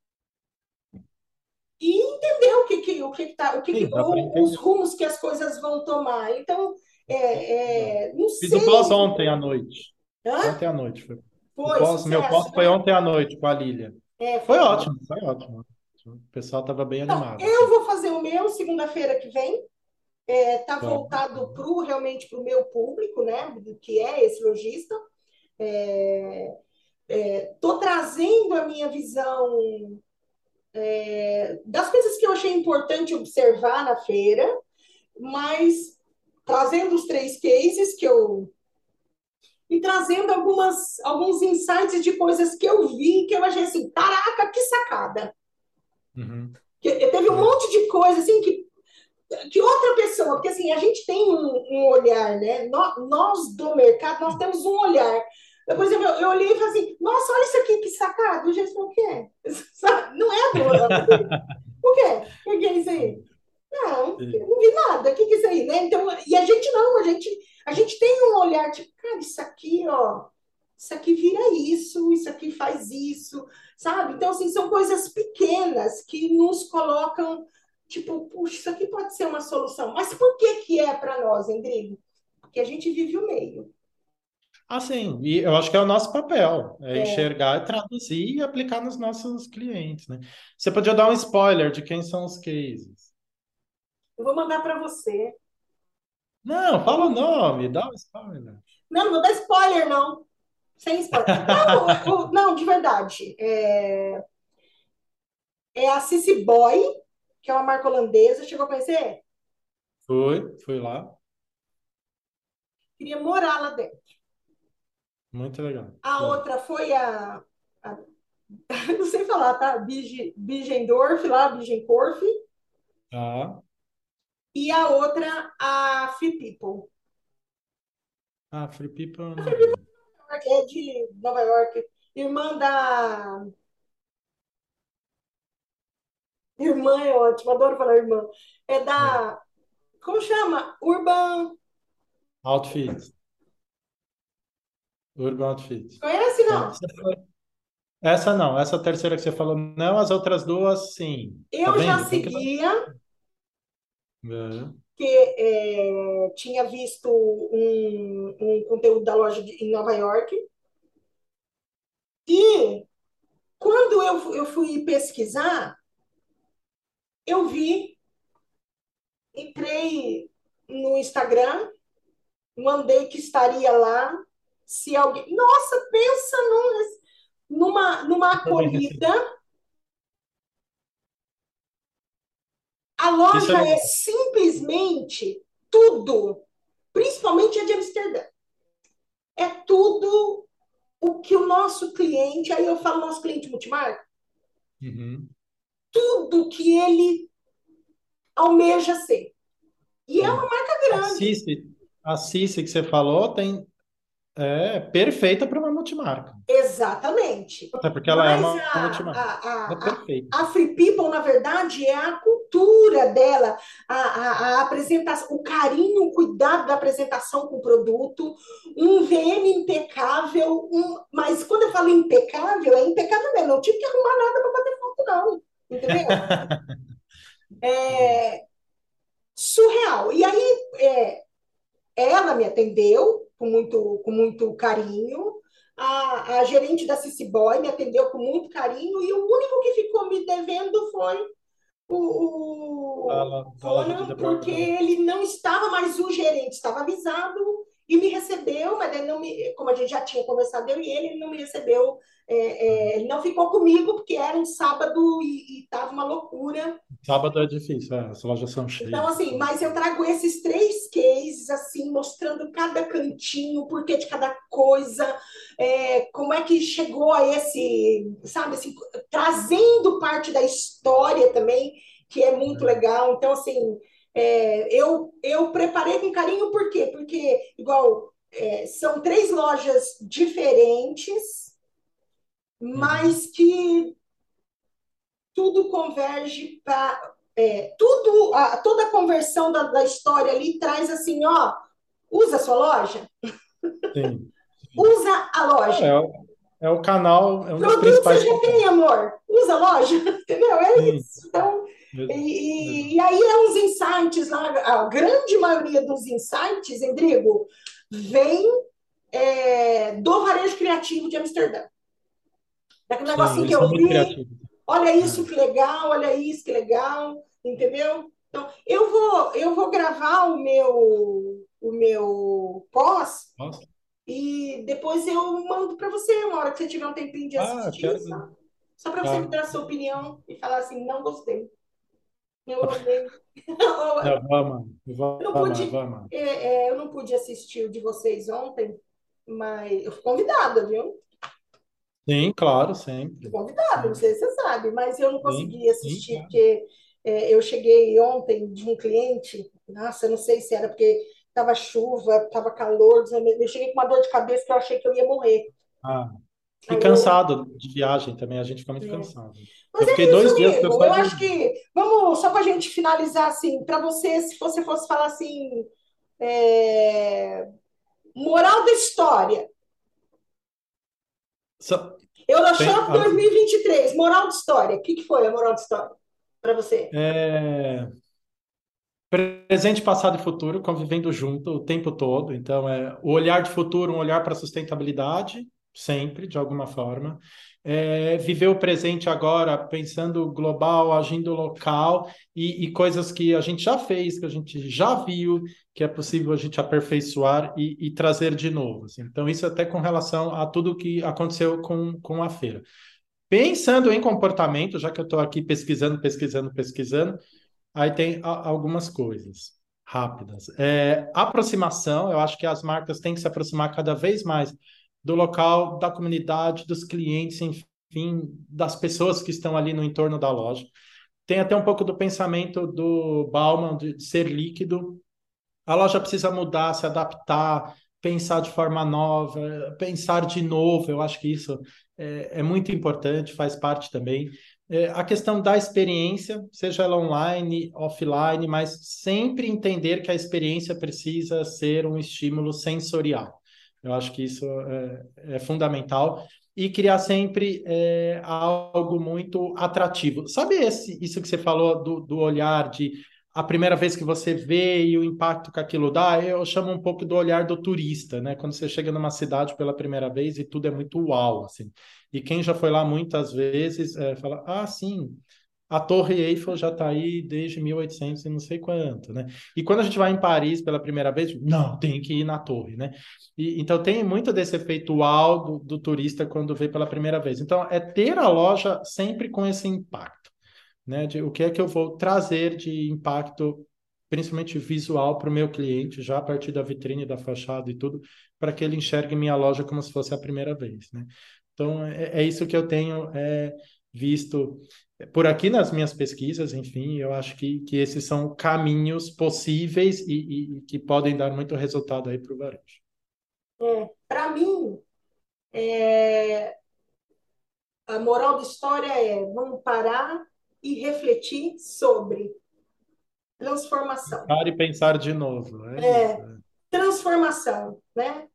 Speaker 1: E entender o que tá,
Speaker 2: Sim, dá para
Speaker 1: os
Speaker 2: entender.
Speaker 1: rumos que as coisas vão tomar. Então, não
Speaker 2: Fiz o pós
Speaker 1: sei.
Speaker 2: ontem à noite.
Speaker 1: Hã?
Speaker 2: Ontem à noite.
Speaker 1: Foi
Speaker 2: Meu
Speaker 1: sucesso,
Speaker 2: pós foi
Speaker 1: né?
Speaker 2: ontem à noite com a Lília.
Speaker 1: Foi bom.
Speaker 2: Foi ótimo. O pessoal estava bem
Speaker 1: Então,
Speaker 2: animado,
Speaker 1: eu
Speaker 2: assim.
Speaker 1: vou fazer o meu segunda-feira que vem. Tá
Speaker 2: Bom,
Speaker 1: voltado realmente para o meu público, né? Que é esse lojista. Tô trazendo a minha visão das coisas que eu achei importante observar na feira, mas trazendo os três cases que eu e trazendo alguns insights de coisas que eu vi que eu achei assim, caraca, que sacada.
Speaker 2: uhum,
Speaker 1: Teve um
Speaker 2: legal.
Speaker 1: monte de coisa assim que outra pessoa, porque assim, a gente tem um olhar, né? Nós do mercado, nós temos um olhar. Por exemplo, eu olhei e falei assim, nossa, olha isso aqui, que sacada. O gente falou, o quê? Não é do... O quê? O que é isso aí? Não, eu
Speaker 2: Sim.
Speaker 1: não vi nada. O que é isso aí, né? Então, e a gente não, a gente tem um olhar tipo, cara, isso aqui, ó, isso aqui vira isso aqui faz isso, sabe? Então, assim, são coisas pequenas que nos colocam, tipo, puxa, isso aqui pode ser uma solução. Mas por que que é para nós, Rodrigo? Porque a gente vive o meio.
Speaker 2: Sim, e eu acho que é o nosso papel, é
Speaker 1: É,
Speaker 2: enxergar, traduzir e aplicar nos nossos clientes, né? Você podia dar um spoiler de quem são os cases.
Speaker 1: eu vou mandar para você.
Speaker 2: Não,
Speaker 1: Eu
Speaker 2: fala o
Speaker 1: vou-
Speaker 2: nome, dá um spoiler.
Speaker 1: Não vou dar spoiler, não. Sem spoiler. Não, não, de verdade. É a Sissy Boy, que é uma marca holandesa. Chegou a conhecer?
Speaker 2: Fui lá.
Speaker 1: Queria morar lá dentro.
Speaker 2: Muito legal.
Speaker 1: A
Speaker 2: Legal.
Speaker 1: outra foi a não sei falar, tá? Bigendorf lá, Bigenkorf.
Speaker 2: Ah,
Speaker 1: E a outra, a Free People.
Speaker 2: Free People eu
Speaker 1: A
Speaker 2: não
Speaker 1: Free People
Speaker 2: vi.
Speaker 1: é de Nova York. Irmã da. Irmã é ótima, adoro falar irmã. É
Speaker 2: É.
Speaker 1: da. Como chama?
Speaker 2: Outfit. Urban Outfit.
Speaker 1: Conhece,
Speaker 2: É.
Speaker 1: não?
Speaker 2: Essa não, essa terceira que você falou, não, as outras duas, sim. Tá
Speaker 1: Eu já
Speaker 2: vendo? Tem que dar.
Speaker 1: seguia,
Speaker 2: É.
Speaker 1: que tinha visto um conteúdo da loja em Nova York. E quando eu fui pesquisar, eu vi, entrei no Instagram, mandei que estaria lá. Se alguém. Nossa, pensa numa
Speaker 2: Super bem
Speaker 1: acolhida.
Speaker 2: recebido.
Speaker 1: A
Speaker 2: Isso é
Speaker 1: loja é
Speaker 2: legal.
Speaker 1: simplesmente tudo, principalmente a de Amsterdã. É tudo o que o nosso cliente, aí eu falo nosso cliente multimarca,
Speaker 2: Uhum.
Speaker 1: tudo que ele almeja ser. E é uma
Speaker 2: Sim.
Speaker 1: marca
Speaker 2: A
Speaker 1: grande.
Speaker 2: Cici, a Cici que você falou é perfeita para uma multimarca.
Speaker 1: Exatamente.
Speaker 2: Até porque ela é
Speaker 1: Mas
Speaker 2: uma multimarca. Ela é perfeita.
Speaker 1: a Free People, na verdade, é a cultura dela, a apresentação, o carinho, o cuidado da apresentação com o produto, um VM impecável, mas quando eu falo impecável, é impecável mesmo. Não tive que arrumar nada para bater foto, não. Entendeu? Surreal. E aí, ela me atendeu com muito carinho. A gerente da Cici Boy me atendeu com muito carinho e o único que ficou me devendo foi o
Speaker 2: Da loja de
Speaker 1: Conan, porque
Speaker 2: departamento.
Speaker 1: ele não estava mais o gerente, estava avisado e me recebeu, mas ele não me, como a gente já tinha conversado, eu e ele não me recebeu, ele não ficou comigo, porque era um sábado e estava uma loucura.
Speaker 2: Sábado é difícil, as lojas são
Speaker 1: Então,
Speaker 2: cheias.
Speaker 1: assim, mas eu trago esses três cases, assim, mostrando cada cantinho, o porquê de cada coisa, como é que chegou a esse, sabe, assim, trazendo parte da história também, que é muito legal. Então, assim, eu preparei com carinho, por quê? Porque, igual, são três lojas diferentes,
Speaker 2: Uhum.
Speaker 1: mas que tudo converge para tudo, toda a conversão da história ali traz assim, ó, usa a sua loja,
Speaker 2: Sim. Sim.
Speaker 1: usa a
Speaker 2: É,
Speaker 1: loja.
Speaker 2: é o canal, é um dos
Speaker 1: Produto você
Speaker 2: principais
Speaker 1: já
Speaker 2: canais.
Speaker 1: tem, amor, usa a loja, entendeu? É
Speaker 2: Sim.
Speaker 1: isso. Então,
Speaker 2: Ex-
Speaker 1: e
Speaker 2: Exato.
Speaker 1: aí é uns insights lá, a grande maioria dos insights, Rodrigo, vem do varejo criativo de Amsterdã. Daquele
Speaker 2: Sim,
Speaker 1: negocinho que
Speaker 2: eles são
Speaker 1: eu
Speaker 2: muito
Speaker 1: vi,
Speaker 2: criativos.
Speaker 1: olha isso
Speaker 2: É.
Speaker 1: que legal, olha isso que legal, entendeu? Então, eu vou gravar o meu pós
Speaker 2: Nossa.
Speaker 1: e depois eu mando para você, uma hora que você tiver um tempinho de
Speaker 2: Ah, eu
Speaker 1: assistir,
Speaker 2: quero.
Speaker 1: só para você me
Speaker 2: Tá.
Speaker 1: dar a sua opinião e falar assim, não gostei, eu odeio.
Speaker 2: Eu vou amar. Eu
Speaker 1: Eu
Speaker 2: vou
Speaker 1: não
Speaker 2: amar, eu vou
Speaker 1: pude,
Speaker 2: amar.
Speaker 1: eu não pude assistir o de vocês ontem, mas eu fui convidada, viu?
Speaker 2: Sim, claro, sempre.
Speaker 1: Convidado, não
Speaker 2: Sempre.
Speaker 1: sei se você sabe, mas eu não
Speaker 2: Sim,
Speaker 1: consegui
Speaker 2: sim,
Speaker 1: assistir
Speaker 2: claro.
Speaker 1: porque eu cheguei ontem de um cliente, nossa, eu não sei se era porque estava chuva, estava calor, eu cheguei com uma dor de cabeça que eu achei que eu ia morrer.
Speaker 2: Ah, e
Speaker 1: Aí eu,
Speaker 2: cansado de viagem também, a gente fica muito
Speaker 1: é.
Speaker 2: cansado.
Speaker 1: Mas
Speaker 2: Eu
Speaker 1: é
Speaker 2: fiquei
Speaker 1: isso,
Speaker 2: 2 dias que eu
Speaker 1: amigo.
Speaker 2: só
Speaker 1: Eu acho
Speaker 2: dormi.
Speaker 1: que vamos só para a gente finalizar assim, para você, se você fosse falar assim, é, moral da história.
Speaker 2: Só- tem,
Speaker 1: Euroshop 2023, moral de história. O que foi a moral de história para você?
Speaker 2: é, presente, passado e futuro convivendo junto o tempo todo. Então, o olhar de futuro, um olhar para a sustentabilidade, sempre, de alguma forma. Viver o presente agora, pensando global, agindo local e coisas que a gente já fez, que a gente já viu, que é possível a gente aperfeiçoar e trazer de novo, assim. Então, isso até com relação a tudo que aconteceu com a feira. Pensando em comportamento, já que eu estou aqui pesquisando, aí tem algumas coisas rápidas. Aproximação, eu acho que as marcas têm que se aproximar cada vez mais do local, da comunidade, dos clientes, enfim, das pessoas que estão ali no entorno da loja. Tem até um pouco do pensamento do Bauman de ser líquido. A loja precisa mudar, se adaptar, pensar de forma nova, pensar de novo. Eu acho que isso é muito importante, faz parte também. A questão da experiência, seja ela online, offline, mas sempre entender que a experiência precisa ser um estímulo sensorial. Eu acho que isso é fundamental. E criar sempre algo muito atrativo. Sabe isso que você falou do olhar de a primeira vez que você vê e o impacto que aquilo dá, eu chamo um pouco do olhar do turista, né? Quando você chega numa cidade pela primeira vez e tudo é muito uau, assim. E quem já foi lá muitas vezes fala, ah, sim, a Torre Eiffel já está aí desde 1800 e não sei quanto, né? E quando a gente vai em Paris pela primeira vez, não, tem que ir na torre, né? Então tem muito desse efeito uau do turista quando vê pela primeira vez. Então é ter a loja sempre com esse impacto, né? De o que é que eu vou trazer de impacto, principalmente visual, para o meu cliente, já a partir da vitrine, da fachada e tudo, para que ele enxergue minha loja como se fosse a primeira vez, né? Então, é isso que eu tenho visto por aqui nas minhas pesquisas, enfim, eu acho que esses são caminhos possíveis e que podem dar muito resultado aí para o varejo.
Speaker 1: Para mim, é, a moral da história é: vamos parar e refletir sobre transformação.
Speaker 2: Para e pensar de novo, é isso.
Speaker 1: Transformação, né?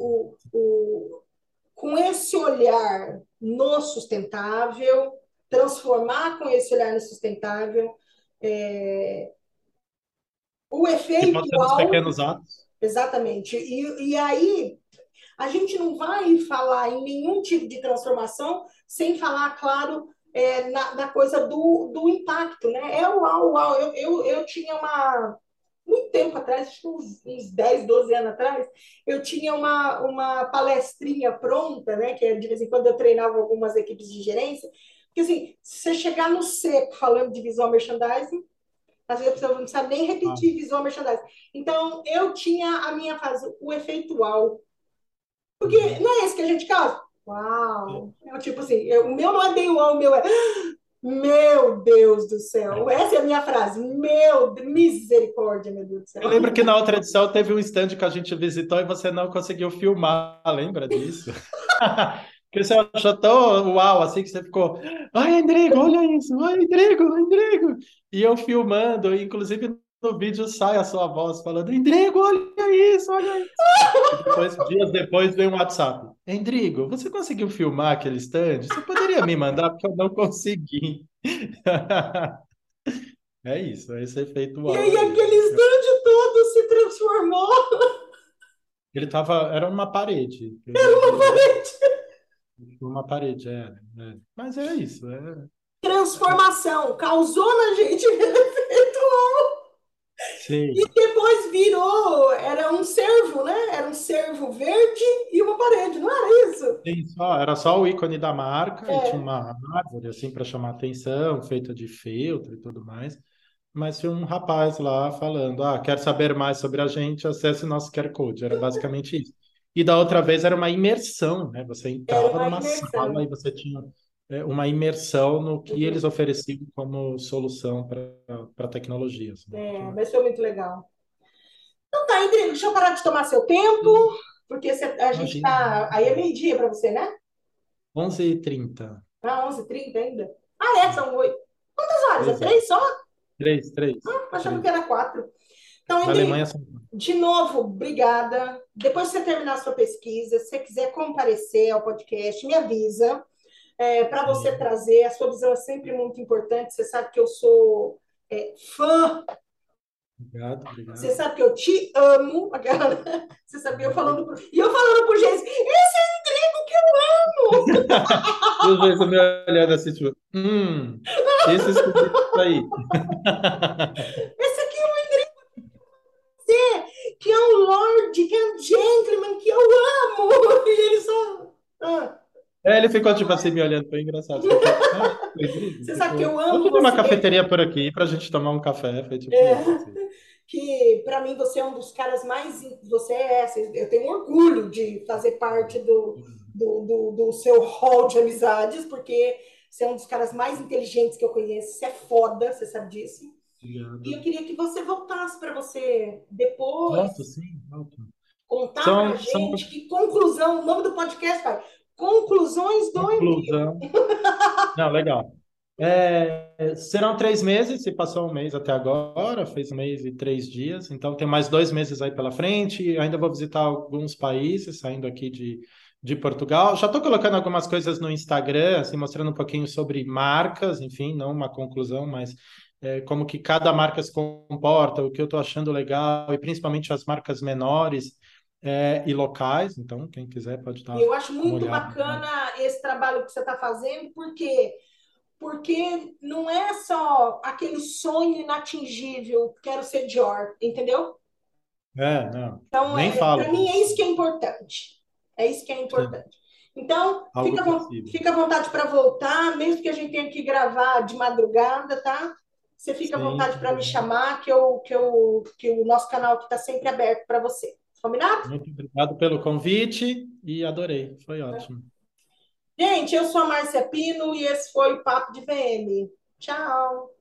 Speaker 1: Com esse olhar no sustentável, transformar com esse olhar no sustentável, é, o
Speaker 2: Que pode ser nos
Speaker 1: efeito,
Speaker 2: pequenos atos.
Speaker 1: exatamente. E aí a gente não vai falar em nenhum tipo de transformação sem falar, claro, na coisa do impacto, né? É uau, uau. Eu tinha muito tempo atrás, acho que uns 10, 12 anos atrás, eu tinha uma palestrinha pronta, né? Que de vez em quando eu treinava algumas equipes de gerência. Porque assim, se você chegar no seco falando de visual merchandising, às vezes a pessoa não sabe nem
Speaker 2: Ah,
Speaker 1: repetir visual merchandising. Então, eu tinha a minha fase, o efeito uau. Porque
Speaker 2: uhum.
Speaker 1: não é esse que a gente causa? Uau! É tipo assim, o meu não é bem uau, o meu é meu Deus do céu. Essa é a minha frase. Misericórdia, meu Deus do
Speaker 2: Eu
Speaker 1: céu.
Speaker 2: lembro que na outra edição teve um stand que a gente visitou e você não conseguiu filmar, lembra disso? Que você achou tão uau, assim que você ficou, ai, Endrigo, olha isso, ai, Endrigo, Endrigo. E eu filmando, inclusive no vídeo sai a sua voz falando, Endrigo, olha isso, olha isso. E depois, dias depois, veio um WhatsApp. Endrigo, você conseguiu filmar aquele stand? Você poderia me mandar, porque eu não consegui. É isso, é esse efeito
Speaker 1: E
Speaker 2: uau
Speaker 1: aí
Speaker 2: aí.
Speaker 1: aquele instante todo se transformou
Speaker 2: Ele tava, era uma parede.
Speaker 1: numa parede.
Speaker 2: Uma parede, Mas é isso,
Speaker 1: Transformação. Causou na gente efeito.
Speaker 2: Sei.
Speaker 1: E depois virou, era um cervo, né? Era um cervo verde e uma parede, não era isso?
Speaker 2: Era só o ícone da marca e tinha
Speaker 1: É,
Speaker 2: uma árvore assim para chamar atenção, feita de feltro e tudo mais. Mas tinha um rapaz lá falando: Ah, quer saber mais sobre a gente? Acesse nosso QR Code. Era basicamente isso. E da outra vez era uma imersão, né? Você
Speaker 1: era
Speaker 2: entrava
Speaker 1: uma
Speaker 2: numa sala e
Speaker 1: imersão.
Speaker 2: você tinha uma imersão no que eles
Speaker 1: Uhum.
Speaker 2: ofereciam como solução para tecnologias, né?
Speaker 1: É,
Speaker 2: Então,
Speaker 1: mas foi muito legal. Então tá, Rodrigo, deixa eu parar de tomar seu tempo, porque a gente
Speaker 2: imagina,
Speaker 1: tá. Aí é meio-dia para você, né?
Speaker 2: 11h30.
Speaker 1: Ah, 11h30 ainda. Ah, são 8. Quantas horas? É
Speaker 2: Exato.
Speaker 1: 3 só?
Speaker 2: Três, três,
Speaker 1: Achava que
Speaker 2: três.
Speaker 1: era 4. Então,
Speaker 2: Na Alemanha
Speaker 1: Rodrigo,
Speaker 2: são.
Speaker 1: de novo, obrigada. Depois que você terminar a sua pesquisa, se você quiser comparecer ao podcast, me avisa. Para você
Speaker 2: Sim.
Speaker 1: trazer, a sua visão é sempre muito importante. Você sabe que eu sou fã,
Speaker 2: Obrigado,
Speaker 1: você
Speaker 2: obrigado.
Speaker 1: sabe que eu te amo. Você sabe, e eu falando pro Geis, esse é o Rodrigo que eu amo!
Speaker 2: E os dois me olhando assim, tipo, esse esquisito aí.
Speaker 1: Esse aqui é o que é um lord, que é um gentleman, que eu amo! E eles só. Ah.
Speaker 2: Ele ficou tipo assim me olhando, foi engraçado. Ficou, Rodrigo,
Speaker 1: Você sabe que
Speaker 2: tipo,
Speaker 1: eu amo
Speaker 2: onde tem uma
Speaker 1: você,
Speaker 2: cafeteria por aqui pra gente tomar um café? Foi tipo isso, assim.
Speaker 1: que para mim você é um dos caras mais. Você é, eu tenho orgulho de fazer parte do seu hall de amizades, porque você é um dos caras mais inteligentes que eu conheço. Você é foda, você sabe disso. E eu
Speaker 2: Obrigado.
Speaker 1: queria que você voltasse para você depois
Speaker 2: Volto, sim, volto.
Speaker 1: contar para a
Speaker 2: São
Speaker 1: gente que conclusão, o nome do podcast vai Conclusões do Envio.
Speaker 2: conclusão. Não, legal. Serão 3 meses, se passou um mês até agora, fez 1 mês e 3 dias, então tem mais 2 meses aí pela frente. Ainda vou visitar alguns países, saindo aqui de Portugal. Já estou colocando algumas coisas no Instagram, assim, mostrando um pouquinho sobre marcas, enfim, não uma conclusão, mas como que cada marca se comporta, o que eu estou achando legal, e principalmente as marcas menores e locais. Então, quem quiser pode
Speaker 1: E
Speaker 2: dar
Speaker 1: eu acho
Speaker 2: uma
Speaker 1: muito
Speaker 2: olhada.
Speaker 1: bacana esse trabalho que você está fazendo, porque não é só aquele sonho inatingível, quero ser Dior, entendeu?
Speaker 2: Não,
Speaker 1: Então,
Speaker 2: nem falo
Speaker 1: para mim, é
Speaker 2: disso.
Speaker 1: isso que é importante. É isso que é
Speaker 2: Sim,
Speaker 1: importante. Então,
Speaker 2: algo possível.
Speaker 1: fica à vontade para voltar, mesmo que a gente tenha que gravar de madrugada, tá? Você fica à
Speaker 2: Sim,
Speaker 1: vontade para me chamar, que o nosso canal aqui está sempre aberto para você. Combinado?
Speaker 2: muito obrigado pelo convite e adorei, foi ótimo.
Speaker 1: Gente, eu sou a Márcia Pino e esse foi o Papo de VM. Tchau!